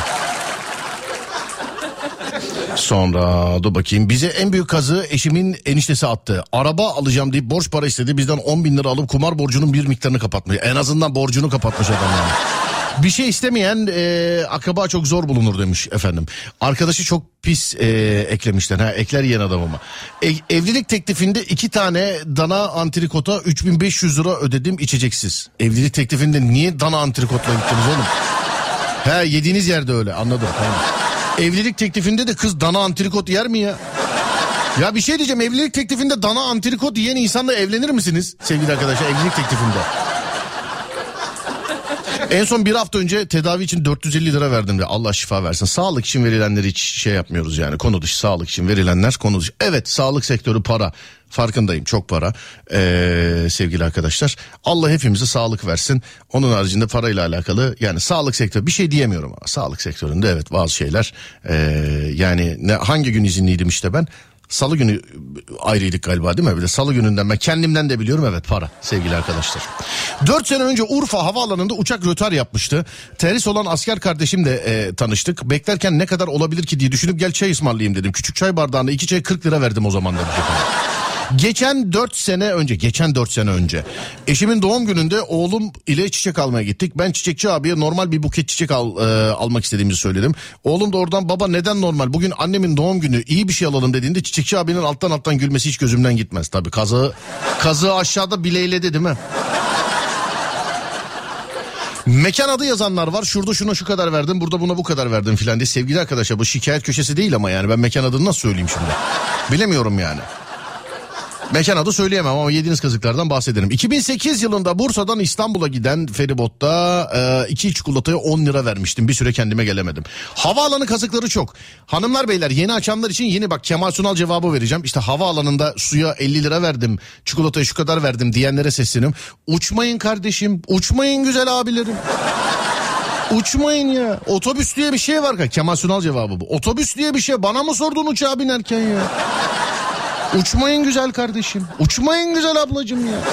Sonra dur bakayım. Bize en büyük kazığı eşimin eniştesi attı. Araba alacağım deyip borç para istedi. Bizden on bin lira alıp kumar borcunun bir miktarını kapatmış. En azından borcunu kapatmış adam yani. Bir şey istemeyen e, akraba çok zor bulunur demiş efendim. Arkadaşı çok pis e, eklemişler. Ha, ekler yiyen adam ama. E, evlilik teklifinde iki tane dana antrikota üç bin beş yüz lira ödedim içeceksiz. Evlilik teklifinde niye dana antrikotla gittiniz oğlum? He, yediğiniz yerde öyle, anladım. Tamam. Evlilik teklifinde de kız dana antrikot yer mi ya? Ya bir şey diyeceğim, evlilik teklifinde dana antrikot yiyen insanla evlenir misiniz sevgili arkadaşlar, evlilik teklifinde? En son bir hafta önce tedavi için dört yüz elli lira verdim de, Allah şifa versin. Sağlık için verilenleri hiç şey yapmıyoruz yani, konu dışı sağlık için verilenler konu dışı. Evet, sağlık sektörü para, farkındayım, çok para ee, sevgili arkadaşlar. Allah hepimize sağlık versin. Onun haricinde parayla alakalı yani sağlık sektörü bir şey diyemiyorum ama sağlık sektöründe evet bazı şeyler ee, yani ne, hangi gün izinliydim işte ben? Salı günü ayrıydık galiba değil mi? Bir de salı gününden ben kendimden de biliyorum, evet para sevgili arkadaşlar. Dört sene önce Urfa havaalanında uçak rötar yapmıştı. Terhis olan asker kardeşimle e, tanıştık. Beklerken ne kadar olabilir ki diye düşünüp gel çay ısmarlayayım dedim. Küçük çay bardağına iki çay kırk lira verdim o zaman demiş efendim. Geçen dört sene önce, geçen dört sene önce eşimin doğum gününde oğlum ile çiçek almaya gittik. Ben çiçekçi abiye normal bir buket çiçek al, e, almak istediğimizi söyledim. Oğlum da oradan baba neden normal? Bugün annemin doğum günü, iyi bir şey alalım dediğinde çiçekçi abinin alttan alttan gülmesi hiç gözümden gitmez. Tabii kazığı, kazığı aşağıda bileyledi değil mi? Mekan adı yazanlar var. Şurada şuna şu kadar verdim, burada buna bu kadar verdim filan diye. Sevgili arkadaşlar, bu şikayet köşesi değil ama yani ben mekan adını nasıl söyleyeyim şimdi? Bilemiyorum yani. Mekan adı söyleyemem ama yediğiniz kazıklardan bahsedelim. iki bin sekiz yılında Bursa'dan İstanbul'a giden feribotta e, iki çikolataya on lira vermiştim. Bir süre kendime gelemedim. Havaalanı kazıkları çok. Hanımlar beyler, yeni açanlar için yeni bak Kemal Sunal cevabı vereceğim. İşte havaalanında suya elli lira verdim, çikolataya şu kadar verdim diyenlere sesleniyorum. Uçmayın kardeşim, uçmayın güzel abilerim. Uçmayın ya. Otobüs diye bir şey var. Kemal Sunal cevabı bu. Otobüs diye bir şey. Bana mı sordun uçağa binerken ya? Uçmayın güzel kardeşim. Uçmayın güzel ablacığım ya.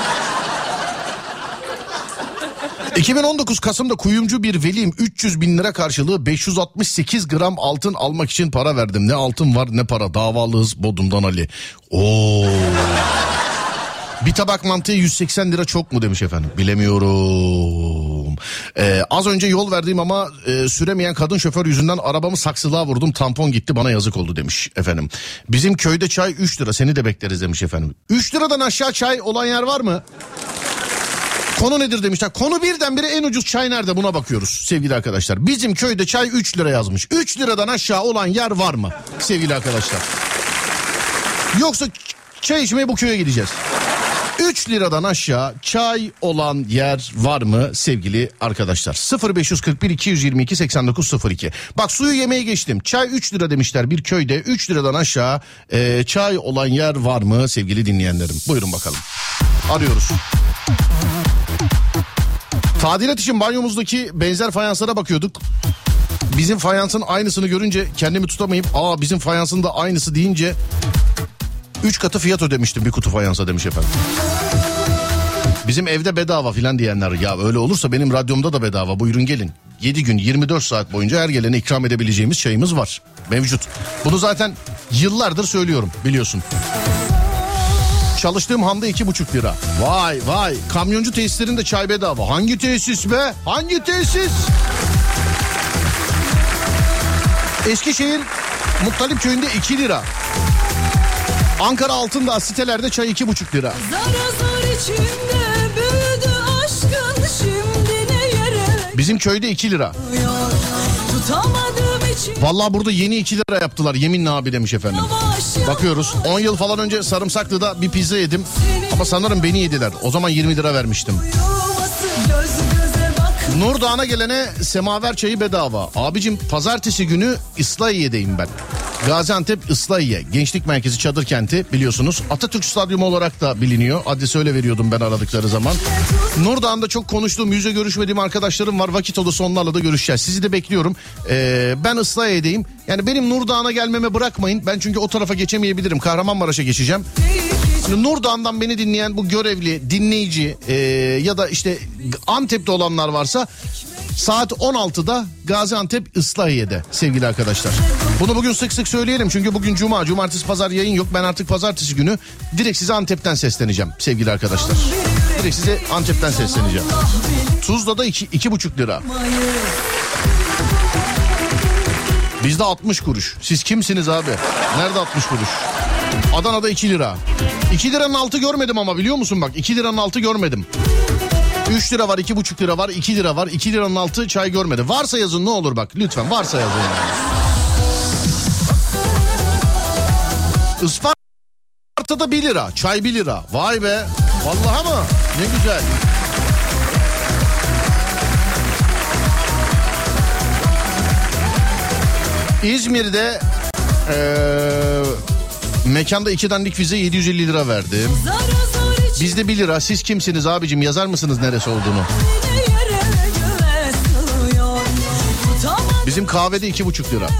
iki bin on dokuz Kasım'da kuyumcu bir velim üç yüz bin lira karşılığı beş yüz altmış sekiz gram altın almak için para verdim. Ne altın var ne para. Davalıyız Bodrum'dan Ali. Oo. Bir tabak mantıya yüz seksen lira çok mu demiş efendim. Bilemiyorum. Ee, az önce yol verdiğim ama e, süremeyen kadın şoför yüzünden arabamı saksılığa vurdum. Tampon gitti, bana yazık oldu demiş efendim. Bizim köyde çay üç lira, seni de bekleriz demiş efendim. üç liradan aşağı çay olan yer var mı? Konu nedir demişler. Konu birdenbire en ucuz çay nerede, buna bakıyoruz sevgili arkadaşlar. Bizim köyde çay üç lira yazmış. üç liradan aşağı olan yer var mı sevgili arkadaşlar? Yoksa çay içmeye bu köye gideceğiz. üç liradan aşağı çay olan yer var mı sevgili arkadaşlar? sıfır beş kırk bir iki yüz yirmi iki seksen dokuz sıfır iki. Bak suyu yemeye geçtim. Çay üç lira demişler bir köyde. üç liradan aşağı e, çay olan yer var mı sevgili dinleyenlerim? Buyurun bakalım. Arıyoruz. Tadilat için banyomuzdaki benzer fayanslara bakıyorduk. Bizim fayansın aynısını görünce kendimi tutamayıp aa bizim fayansın da aynısı deyince üç katı fiyat ödemiştim bir kutu fayansa demiş efendim. Bizim evde bedava filan diyenler, ya öyle olursa benim radyomda da bedava, buyurun gelin. yedi gün yirmi dört saat boyunca her gelene ikram edebileceğimiz çayımız var, mevcut. Bunu zaten yıllardır söylüyorum biliyorsun. Çalıştığım handa iki buçuk lira. Vay vay, kamyoncu tesislerinde çay bedava. Hangi tesis be? Hangi tesis? Eskişehir Muttalip köyünde iki lira. Ankara Altındağ sitelerde çay iki buçuk lira. Zar zar içimde büyüdü aşkın, şimdi ne yere Bizim köyde iki lira. tutamadığım için. Vallahi burada yeni iki lira yaptılar yeminle abi demiş efendim. Bakıyoruz on yıl falan önce Sarımsaklı'da bir pizza yedim ama sanırım beni yediler. O zaman yirmi lira vermiştim. Nurdağ'a gelene semaver çayı bedava. Abicim pazartesi günü İslahiye'deyim ben. Gaziantep İslahiye Gençlik Merkezi Çadır Kenti biliyorsunuz. Atatürk Stadyumu olarak da biliniyor. Adresi öyle veriyordum ben aradıkları zaman. Nurdağ'da çok konuştuğum, yüze görüşmediğim arkadaşlarım var. Vakit olursa onlarla da görüşeceğiz. Sizi de bekliyorum. Ee, ben İslahiye'deyim. Yani benim Nurdağ'a gelmeme bırakmayın. Ben çünkü o tarafa geçemeyebilirim. Kahramanmaraş'a geçeceğim. Hani Nurdağ'dan beni dinleyen bu görevli dinleyici e, ya da işte Antep'te olanlar varsa saat on altıda Gaziantep İslahiye'de sevgili arkadaşlar. Bunu bugün sık sık söyleyelim çünkü bugün cuma, cumartesi, pazar yayın yok. Ben artık pazartesi günü direkt size Antep'ten sesleneceğim sevgili arkadaşlar. Direkt size Antep'ten sesleneceğim. Tuzla'da iki, iki buçuk lira. Bizde altmış kuruş. Siz kimsiniz abi? Nerede altmış kuruş? Adana'da iki lira. iki liranın altı görmedim ama biliyor musun bak, iki liranın altı görmedim. üç lira var, iki buçuk lira var, iki lira var. iki liranın altı çay görmedi. Varsa yazın ne olur bak lütfen, varsa yazın yani. Isparta'da bir lira, çay bir lira. Vay be, vallahi mı? Ne güzel. İzmir'de ee, mekanda iki dandik vize yedi yüz elli lira verdim. Bizde bir lira. Siz kimsiniz abicim? Yazar mısınız neresi olduğunu? Bizim kahvede iki buçuk lira.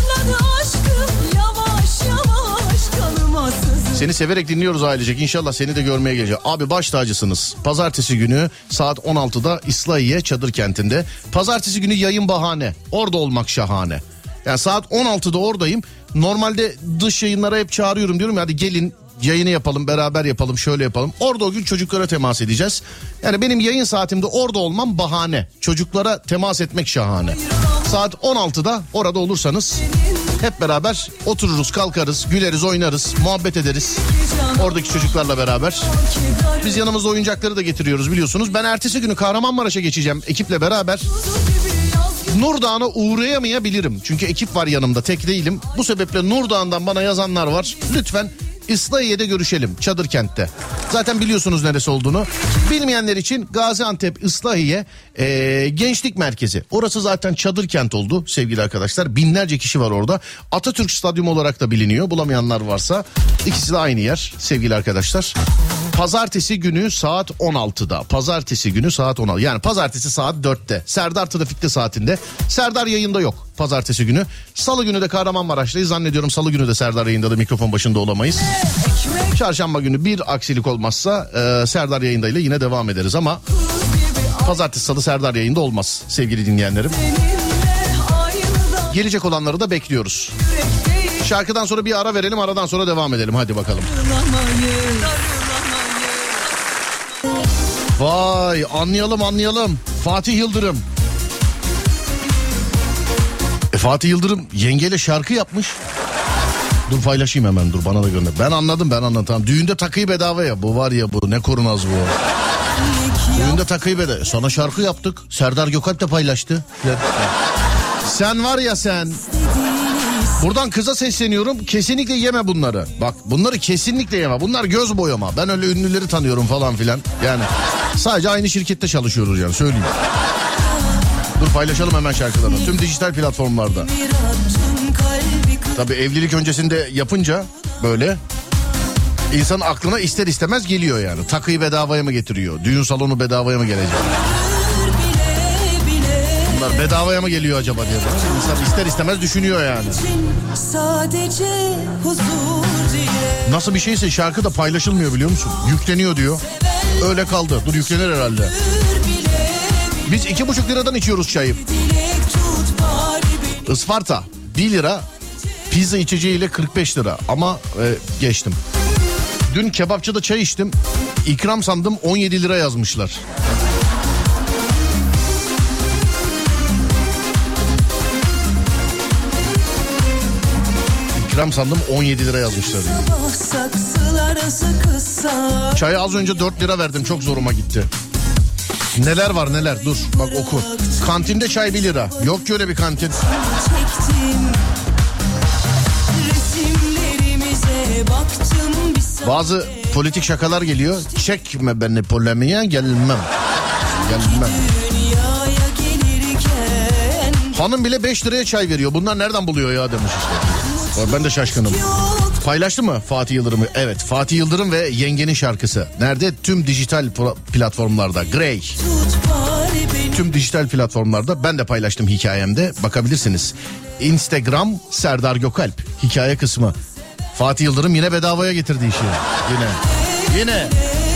Seni severek dinliyoruz ailecek. İnşallah seni de görmeye geleceğim. Abi baş tacısınız. Pazartesi günü saat on altıda İslahiye Çadır Kenti'nde. Pazartesi günü yayın bahane. Orada olmak şahane. Yani saat on altıda oradayım. Normalde dış yayınlara hep çağırıyorum, diyorum ya hadi gelin yayını yapalım, beraber yapalım, şöyle yapalım. Orada o gün çocuklara temas edeceğiz. Yani benim yayın saatimde orada olmam bahane. Çocuklara temas etmek şahane. Saat on altıda orada olursanız hep beraber otururuz, kalkarız, güleriz, oynarız, muhabbet ederiz. Oradaki çocuklarla beraber. Biz yanımızda oyuncakları da getiriyoruz biliyorsunuz. Ben ertesi günü Kahramanmaraş'a geçeceğim ekiple beraber. Nurdağ'a uğrayamayabilirim. Çünkü ekip var yanımda, tek değilim. Bu sebeple Nurdağ'dan bana yazanlar var. Lütfen Islahiye'de görüşelim, Çadırkent'te. Zaten biliyorsunuz neresi olduğunu. Bilmeyenler için Gaziantep Islahiye e, Gençlik Merkezi. Orası zaten Çadırkent oldu sevgili arkadaşlar. Binlerce kişi var orada. Atatürk Stadyumu olarak da biliniyor. Bulamayanlar varsa ikisi de aynı yer sevgili arkadaşlar. Pazartesi günü saat on altıda. Pazartesi günü saat on altı. Yani pazartesi saat dörtte. Serdar Trafik'te saatinde. Serdar yayında yok pazartesi günü. Salı günü de Kahramanmaraş'tayız. Zannediyorum salı günü de Serdar yayında da mikrofon başında olamayız. Çarşamba günü bir aksilik olmazsa e, Serdar yayındayla yine devam ederiz ama pazartesi salı Serdar yayında olmaz sevgili dinleyenlerim. Gelecek olanları da bekliyoruz. Şarkıdan sonra bir ara verelim, aradan sonra devam edelim. Hadi bakalım. Vay, anlayalım anlayalım. Fatih Yıldırım. E, Fatih Yıldırım yengeyle şarkı yapmış. Dur paylaşayım hemen, dur bana da gönder. Ben anladım ben anladım. Tamam. Düğünde takıyı bedava ya. Bu var ya, bu ne kurnaz bu. Düğünde takıyı bedava. Sana şarkı yaptık. Serdar Gökalp de paylaştı. Sen var ya sen. Buradan kıza sesleniyorum. Kesinlikle yeme bunları. Bak bunları kesinlikle yeme. Bunlar göz boyama. Ben öyle ünlüleri tanıyorum falan filan. Yani sadece aynı şirkette çalışıyoruz yani, söyleyeyim. Dur paylaşalım hemen şarkılarını. Tüm dijital platformlarda. Tabii evlilik öncesinde yapınca böyle insanın aklına ister istemez geliyor yani. Takıyı bedavaya mı getiriyor? Düğün salonu bedavaya mı gelecek? Bunlar bedavaya mı geliyor acaba diye. İnsan ister istemez düşünüyor yani. Sadece huzur diye. Nasıl bir şeyse şarkı da paylaşılmıyor biliyor musun? Yükleniyor diyor. Öyle kaldı. Dur yüklenir herhalde. Biz iki buçuk liradan içiyoruz çayı. Isparta bir lira. Pizza içeceğiyle kırk beş lira ama e, geçtim. Dün kebapçıda çay içtim. İkram sandım, on yedi lira yazmışlar. İkram sandım, on yedi lira yazmışlar. Çaya az önce dört lira verdim, çok zoruma gitti. Neler var neler, dur bak oku. Kantinde çay bir lira. Yok ki öyle bir kantin. Bazı politik şakalar geliyor. Çekme beni polemiğe, gelmem. Gelmem. Hanım bile beş liraya çay veriyor. Bunlar nereden buluyor ya demiş işte. Ben de şaşkınım. Paylaştı mı Fatih Yıldırım'ı? Evet, Fatih Yıldırım ve yengenin şarkısı. Nerede? Tüm dijital platformlarda. Grey. Tüm dijital platformlarda. Ben de paylaştım hikayemde. Bakabilirsiniz. Instagram Serdar Gökalp. Hikaye kısmı. Fatih Yıldırım yine bedavaya getirdi işi. Yine. Yine.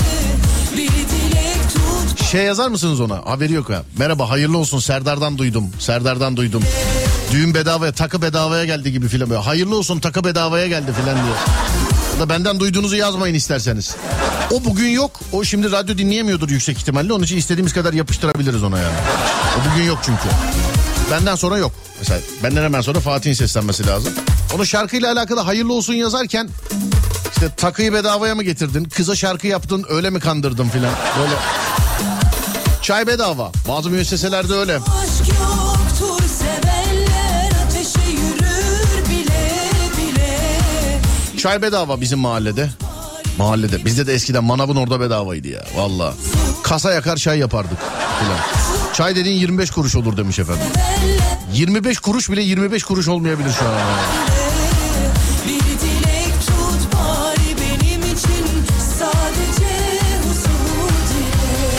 Şey yazar mısınız ona? Haberi yok ha. Merhaba, hayırlı olsun, Serdar'dan duydum. Serdar'dan duydum. Düğün bedavaya, takı bedavaya geldi gibi filan. Hayırlı olsun, takı bedavaya geldi filan diyor. Ya da benden duyduğunuzu yazmayın isterseniz. O bugün yok. O şimdi radyo dinleyemiyordur yüksek ihtimalle. Onun için istediğimiz kadar yapıştırabiliriz ona yani. O bugün yok çünkü. Benden sonra yok. Mesela benden hemen sonra Fatih'in seslenmesi lazım. Onu şarkıyla alakalı hayırlı olsun yazarken işte takıyı bedavaya mı getirdin? Kıza şarkı yaptın, öyle mi kandırdın filan. Böyle. Çay bedava. Bazı müesseselerde öyle. Aşk yoktur, sevenler ateşe yürür bile bile. Çay bedava bizim mahallede. Mahallede. Bizde de eskiden manavın orada bedavaydı ya. Valla. Kasa yakar çay yapardık filan. Çay dediğin yirmi beş kuruş olur demiş efendim. yirmi beş kuruş bile yirmi beş kuruş olmayabilir şu an. Bir dilek tut bari benim için, sadece huzur dile.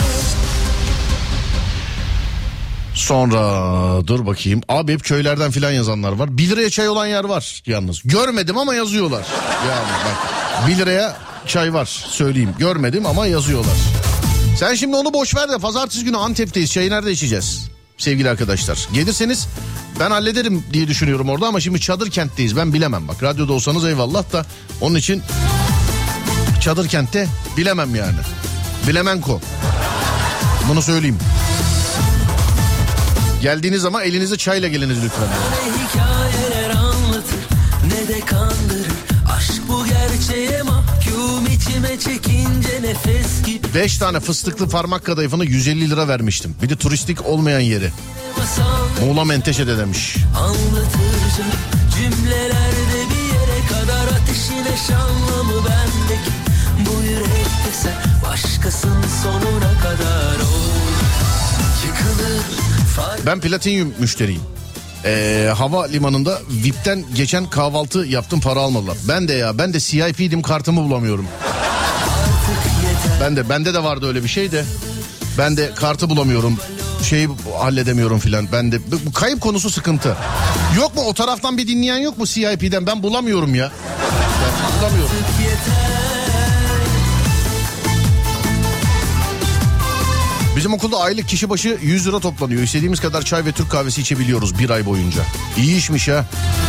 Sonra dur bakayım. Abi hep köylerden filan yazanlar var. bir liraya çay olan yer var yalnız. Görmedim ama yazıyorlar. Yani bak bir liraya çay var söyleyeyim. Görmedim ama yazıyorlar. Sen şimdi onu boş ver de pazartesi günü Antep'teyiz. Çayı nerede içeceğiz sevgili arkadaşlar? Gelirseniz ben hallederim diye düşünüyorum orada ama şimdi Çadırkent'teyiz. Ben bilemem bak. Radyoda olsanız eyvallah da onun için Çadırkent'te bilemem yani. Bilemenko. Bunu söyleyeyim. Geldiğiniz zaman elinize çayla geliniz lütfen. Ne hikayeler anlatır ne de kandırır. Aşk bu gerçeğe mahkum, içime çekince nefes gibi. Beş tane fıstıklı parmak kadayıfına yüz elli lira vermiştim. Bir de turistik olmayan yeri. Muğla Menteşe'de demiş. Anlatırca cümlelerde bir yere kadar ateşine ateş anlamı bendeki. Bu yürekte sen başkasın sonuna kadar ol. Yıkılır fark. Ben platinyum müşteriyim. Ee, hava limanında V I P'ten geçen kahvaltı yaptım, para almadılar. Ben de ya ben de C I P'ydim, kartımı bulamıyorum. Ben de bende de vardı öyle bir şey de. Ben de kartı bulamıyorum. Şeyi halledemiyorum filan. Ben de bu kayıp konusu sıkıntı. Yok mu o taraftan bir dinleyen yok mu C I P'den? Ben bulamıyorum ya. Ben bulamıyorum. Bizim okulda aylık kişi başı yüz lira toplanıyor. İstediğimiz kadar çay ve Türk kahvesi içebiliyoruz bir ay boyunca. İyi işmiş ha.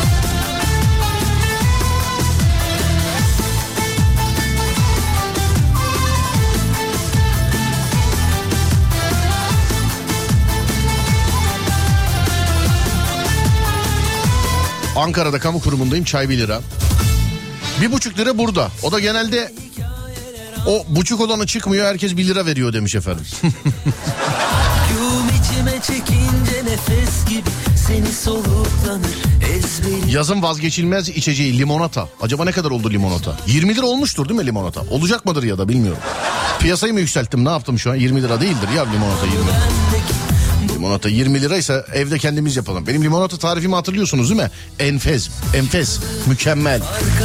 Ankara'da kamu kurumundayım, çay bir lira. Bir buçuk lira burada. O da genelde o buçuk olanı çıkmıyor, herkes bir lira veriyor demiş efendim. Çekince nefes gibi seni soluklanır ezberim. Yazın vazgeçilmez içeceği limonata. Acaba ne kadar oldu limonata? yirmi lira olmuştur değil mi limonata? Olacak mıdır ya da bilmiyorum. Piyasayı mı yükselttim, ne yaptım şu an? yirmi lira değildir ya limonata yirmi lira. Limonata yirmi liraysa evde kendimiz yapalım. Benim limonata tarifimi hatırlıyorsunuz değil mi? Enfes, enfes, mükemmel.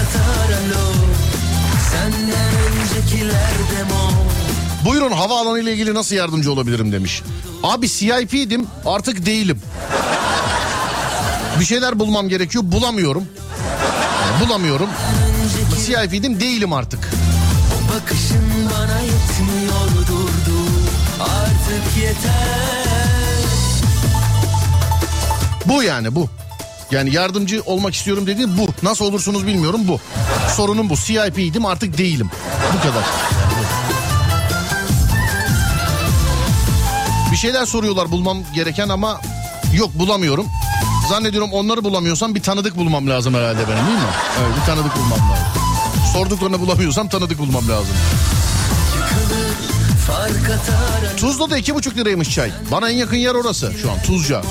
Buyurun, havaalanı ile ilgili nasıl yardımcı olabilirim demiş. Abi C I P'ydim, artık değilim. Bir şeyler bulmam gerekiyor, bulamıyorum. Yani bulamıyorum. C I P'ydim, değilim artık. O bakışın bana yetmiyor, durdu. Artık yeter. Bu yani bu. Yani yardımcı olmak istiyorum dediği bu. Nasıl olursunuz bilmiyorum, bu. Sorunum bu. C I P'ydim, artık değilim. Bu kadar. Bir şeyler soruyorlar bulmam gereken ama yok, bulamıyorum. Zannediyorum onları bulamıyorsam bir tanıdık bulmam lazım herhalde benim, değil mi? Evet, bir tanıdık bulmam lazım. Sorduklarını bulamıyorsam tanıdık bulmam lazım. Tuzla'da iki buçuk liraymış çay. Bana en yakın yer orası şu an, Tuzca.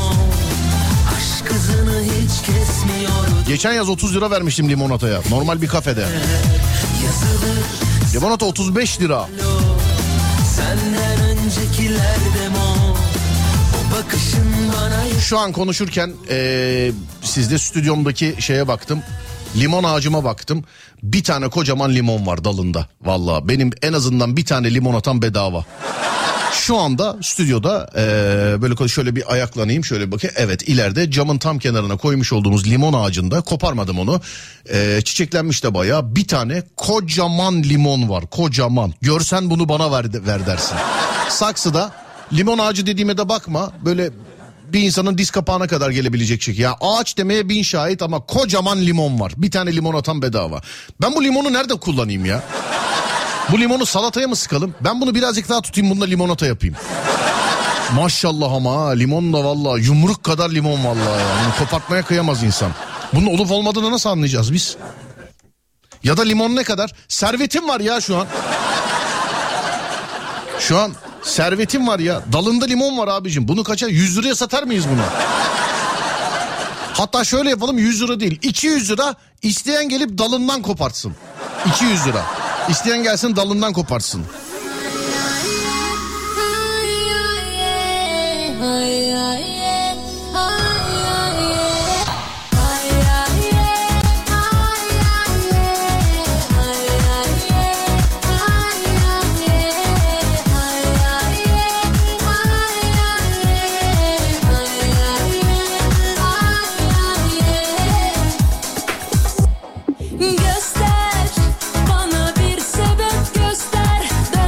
Geçen yaz otuz lira vermiştim limonataya. Normal bir kafede. Limonata otuz beş lira. Senden öncekilerde mo, o bakışın bana... Şu an konuşurken ee, sizde stüdyomdaki şeye baktım. Limon ağacıma baktım. Bir tane kocaman limon var dalında. Vallahi benim en azından bir tane limonatam bedava. Şu anda stüdyoda ee, böyle şöyle bir ayaklanayım, şöyle bir bakayım. Evet, ileride camın tam kenarına koymuş olduğumuz limon ağacında, koparmadım onu. Ee, çiçeklenmiş de bayağı, bir tane kocaman limon var, kocaman. Görsen bunu bana ver, ver dersin. Saksıda, limon ağacı dediğime de bakma, böyle bir insanın diz kapağına kadar gelebilecek şekilde. Ya ağaç demeye bin şahit ama kocaman limon var. Bir tane limon atan bedava. Ben bu limonu nerede kullanayım ya? Bu limonu salataya mı sıkalım? Ben bunu birazcık daha tutayım, bununla limonata yapayım. Maşallah ama ha, limon da vallahi yumruk kadar limon vallahi ya. Yani kopartmaya kıyamaz insan. Bunun olup olmadığını nasıl anlayacağız biz? Ya da limon ne kadar? Servetim var ya şu an. Şu an servetim var ya. Dalında limon var abicim. Bunu kaça? yüz liraya satar mıyız bunu? Hatta şöyle yapalım, yüz lira değil, iki yüz lira, isteyen gelip dalından kopartsın. iki yüz lira. İsteyen gelsin dalından koparsın. Göster bana bir sebep, göster.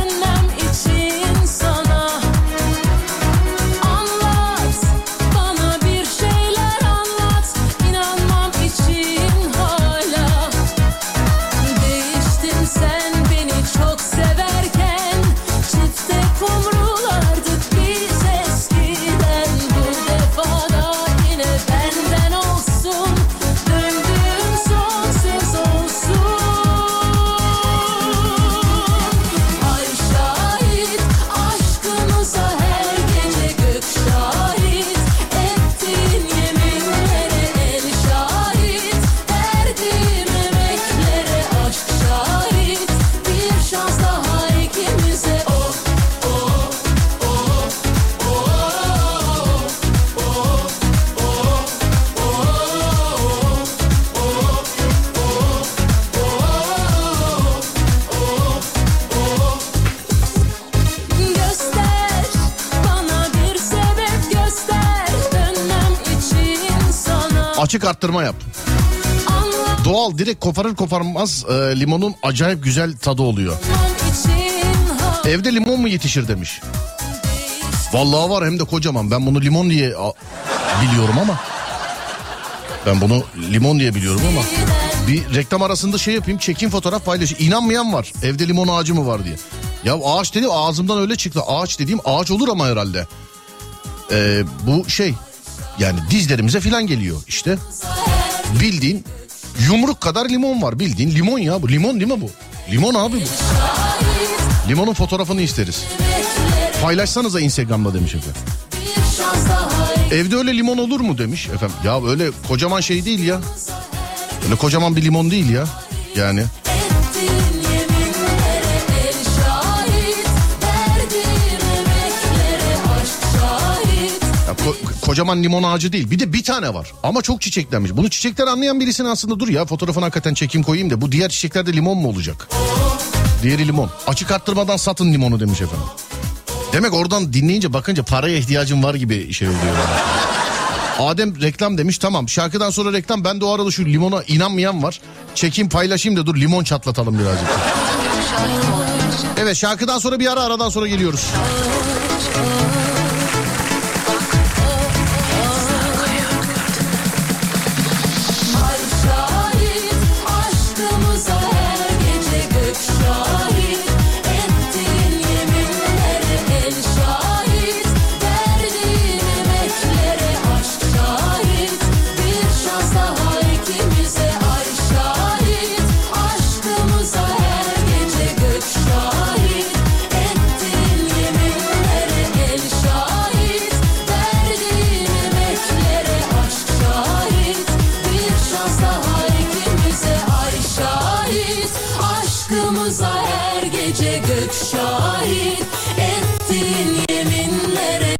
Açık arttırma yap. Doğal, direkt koparır koparmaz e, limonun acayip güzel tadı oluyor. Evde limon mu yetişir demiş. Vallahi var, hem de kocaman. Ben bunu limon diye a, biliyorum ama. Ben bunu limon diye biliyorum ama. Bir reklam arasında şey yapayım, çekeyim, fotoğraf paylaşayım. İnanmayan var. Evde limon ağacı mı var diye. Ya ağaç dedi, ağzımdan öyle çıktı. Ağaç dediğim ağaç olur ama herhalde. Ee, bu şey yani dizlerimize falan geliyor işte. Bildiğin yumruk kadar limon var, bildiğin limon ya bu. Limon değil mi bu? Limon abi bu. Limonun fotoğrafını isteriz. Paylaşsanıza Instagram'da demiş efendim. Evde öyle limon olur mu demiş efendim. Ya öyle kocaman şey değil ya. Öyle kocaman bir limon değil ya. Yani. Ya ko- kocaman limon ağacı değil. Bir de bir tane var. Ama çok çiçeklenmiş. Bunu çiçekten anlayan birisini aslında dur ya. Fotoğrafını hakikaten çekeyim koyayım da. Bu diğer çiçeklerde limon mu olacak? Diğeri limon. Açık arttırmadan satın limonu demiş efendim. Demek oradan dinleyince bakınca paraya ihtiyacım var gibi şey oluyor. Adem reklam demiş, tamam. Şarkıdan sonra reklam. Ben de o arada şu limona inanmayan var. Çekeyim paylaşayım da dur limon çatlatalım birazcık. Evet, şarkıdan sonra bir ara, aradan sonra geliyoruz. Şahit ettin yeminlere.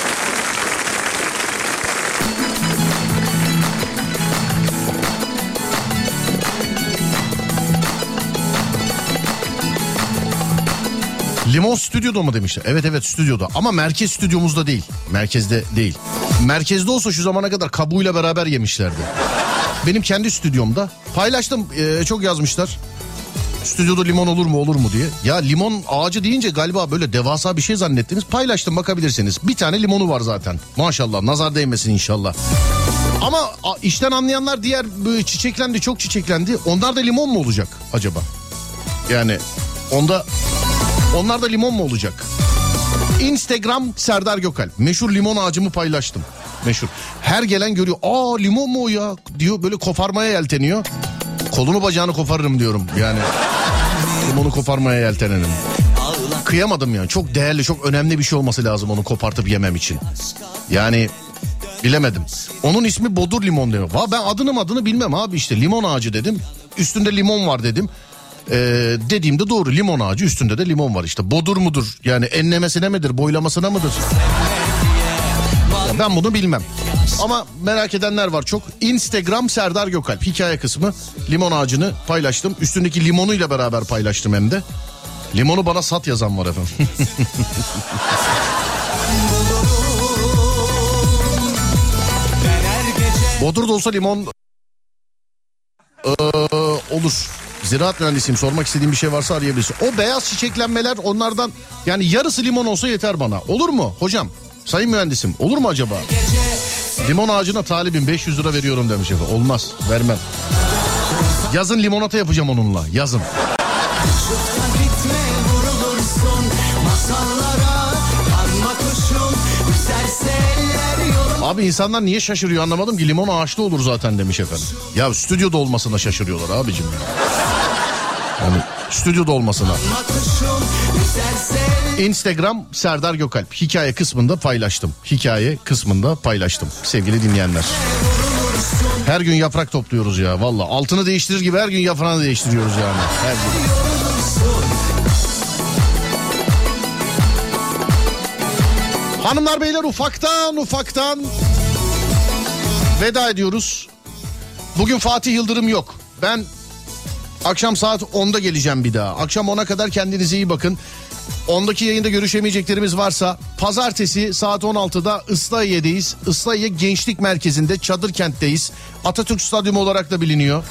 Limon stüdyoda mı demişler? Evet evet, stüdyoda ama merkez stüdyomuzda değil. Merkezde değil. Merkezde olsa şu zamana kadar kabuğuyla beraber yemişlerdi. Benim kendi stüdyomda paylaştım, ee, çok yazmışlar. Stüdyoda limon olur mu olur mu diye. Ya limon ağacı deyince galiba böyle devasa bir şey zannettiniz. Paylaştım, bakabilirsiniz. Bir tane limonu var zaten. Maşallah, nazar değmesin inşallah. Ama işten anlayanlar diğer çiçeklendi, çok çiçeklendi. Onlar da limon mu olacak acaba? Yani onda onlar da limon mu olacak? Instagram Serdar Gökalp. Meşhur limon ağacımı paylaştım. Meşhur. Her gelen görüyor. Aa limon mu o ya diyor, böyle koparmaya yelteniyor. Kolunu bacağını koparırım diyorum yani. Limonu koparmaya yeltenenim. Kıyamadım yani. Çok değerli, çok önemli bir şey olması lazım onu kopartıp yemem için. Yani bilemedim. Onun ismi bodur limon diyor. Va ben adını adını bilmem abi, işte limon ağacı dedim. Üstünde limon var dedim. Ee, dediğimde doğru, limon ağacı, üstünde de limon var işte. Bodur mudur yani, enlemesine midir, boylamasına mıdır? Ya ben bunu bilmem. Ama merak edenler var çok. Instagram Serdar Gökalp hikaye kısmı, limon ağacını paylaştım. Üstündeki limonuyla beraber paylaştım hem de. Limonu bana sat yazan var efendim. Bodur'da olsa limon ee, olur. Ziraat mühendisiyim, sormak istediğim bir şey varsa arayabilirsin. O beyaz çiçeklenmeler, onlardan yani yarısı limon olsa yeter bana. Olur mu hocam? Sayın mühendisim, olur mu acaba? Limon ağacına talibim, beş yüz lira veriyorum demiş efendim. Olmaz, vermem. Yazın limonata yapacağım onunla, yazın. Abi insanlar niye şaşırıyor anlamadım ki, limon ağaçta olur zaten demiş efendim. Ya stüdyoda olmasına şaşırıyorlar abicim. Yani stüdyoda olmasına. Instagram Serdar Gökalp hikaye kısmında paylaştım. Hikaye kısmında paylaştım sevgili dinleyenler. Her gün yaprak topluyoruz ya valla. Altını değiştirir gibi her gün yaprağını değiştiriyoruz yani. Her gün. Hanımlar beyler, ufaktan ufaktan veda ediyoruz. Bugün Fatih Yıldırım yok. Ben akşam saat onda geleceğim bir daha. Akşam ona kadar kendinize iyi bakın. ondaki yayında görüşemeyeceklerimiz varsa pazartesi saat on altıda Islahiye'deyiz. Islahiye Gençlik Merkezi'nde, Çadır Kent'teyiz. Atatürk Stadyumu olarak da biliniyor.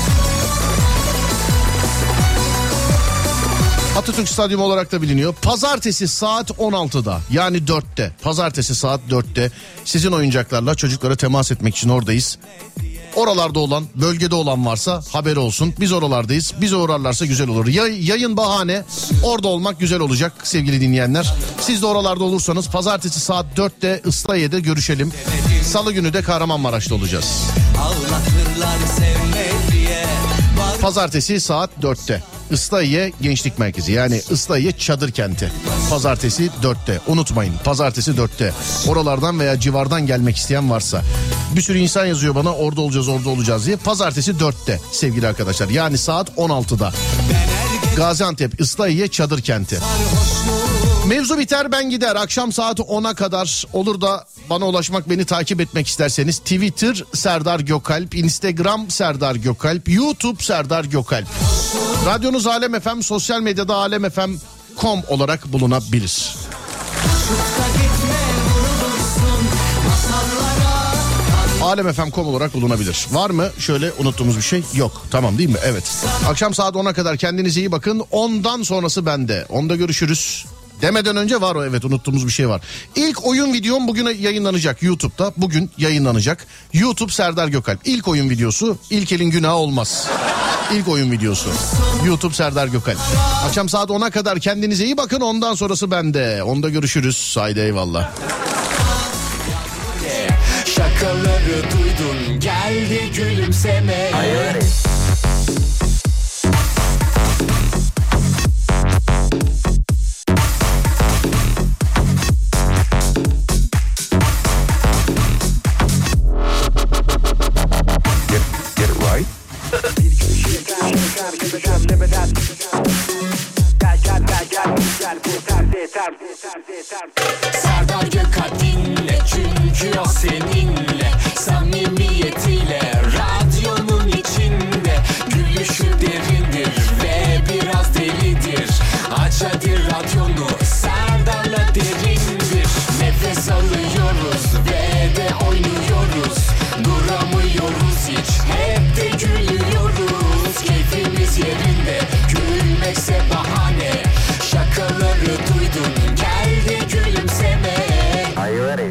Atatürk Stadyumu olarak da biliniyor. Pazartesi saat on altıda, yani dörtte. Pazartesi saat dörtte sizin oyuncaklarla çocuklara temas etmek için oradayız. Oralarda olan, bölgede olan varsa haberi olsun. Biz oralardayız. Bize uğrarlarsa güzel olur. Yay, yayın bahane, orada olmak güzel olacak sevgili dinleyenler. Siz de oralarda olursanız pazartesi saat dörtte Islahiye'de görüşelim. Salı günü de Kahramanmaraş'ta olacağız. Pazartesi saat dörtte. Islahiye Gençlik Merkezi, yani Islahiye Çadır Kenti. Pazartesi dörtte. Unutmayın, pazartesi dörtte. Oralardan veya civardan gelmek isteyen varsa. Bir sürü insan yazıyor bana, orada olacağız orada olacağız diye. Pazartesi dörtte sevgili arkadaşlar, yani saat on altıda. Gaziantep Islahiye Çadır Kenti. Mevzu biter ben gider. Akşam saat ona kadar, olur da bana ulaşmak, beni takip etmek isterseniz Twitter Serdar Gökalp, Instagram Serdar Gökalp, YouTube Serdar Gökalp. Radyonuz Alem F M, sosyal medyada alem f m nokta com olarak bulunabilir. alem f m nokta com olarak bulunabilir. Var mı şöyle unuttuğumuz bir şey? Yok. Tamam değil mi? Evet. Akşam saat ona kadar kendinize iyi bakın. ondan sonrası bende. onda görüşürüz. Demeden önce var o, evet, unuttuğumuz bir şey var. İlk oyun videom bugün yayınlanacak YouTube'da. Bugün yayınlanacak. YouTube Serdar Gökalp. İlk oyun videosu, ilk elin günahı olmaz. İlk oyun videosu. YouTube Serdar Gökalp. Akşam saat ona kadar kendinize iyi bakın. Ondan sonrası bende. Onda görüşürüz. Haydi eyvallah. Şakaları duydun, geldi gülümseme. Hayır. Serdar Gökalp dinle, çünkü o seninle, samimiyetiyle radyonun içinde. Gülüşü derindir ve biraz delidir. Aç hadi radyonu, Serdar'la derindir. Nefes alıyoruz ve de oynuyoruz. Duramıyoruz hiç, hep de gülüyoruz. Keyfimiz yerinde, gül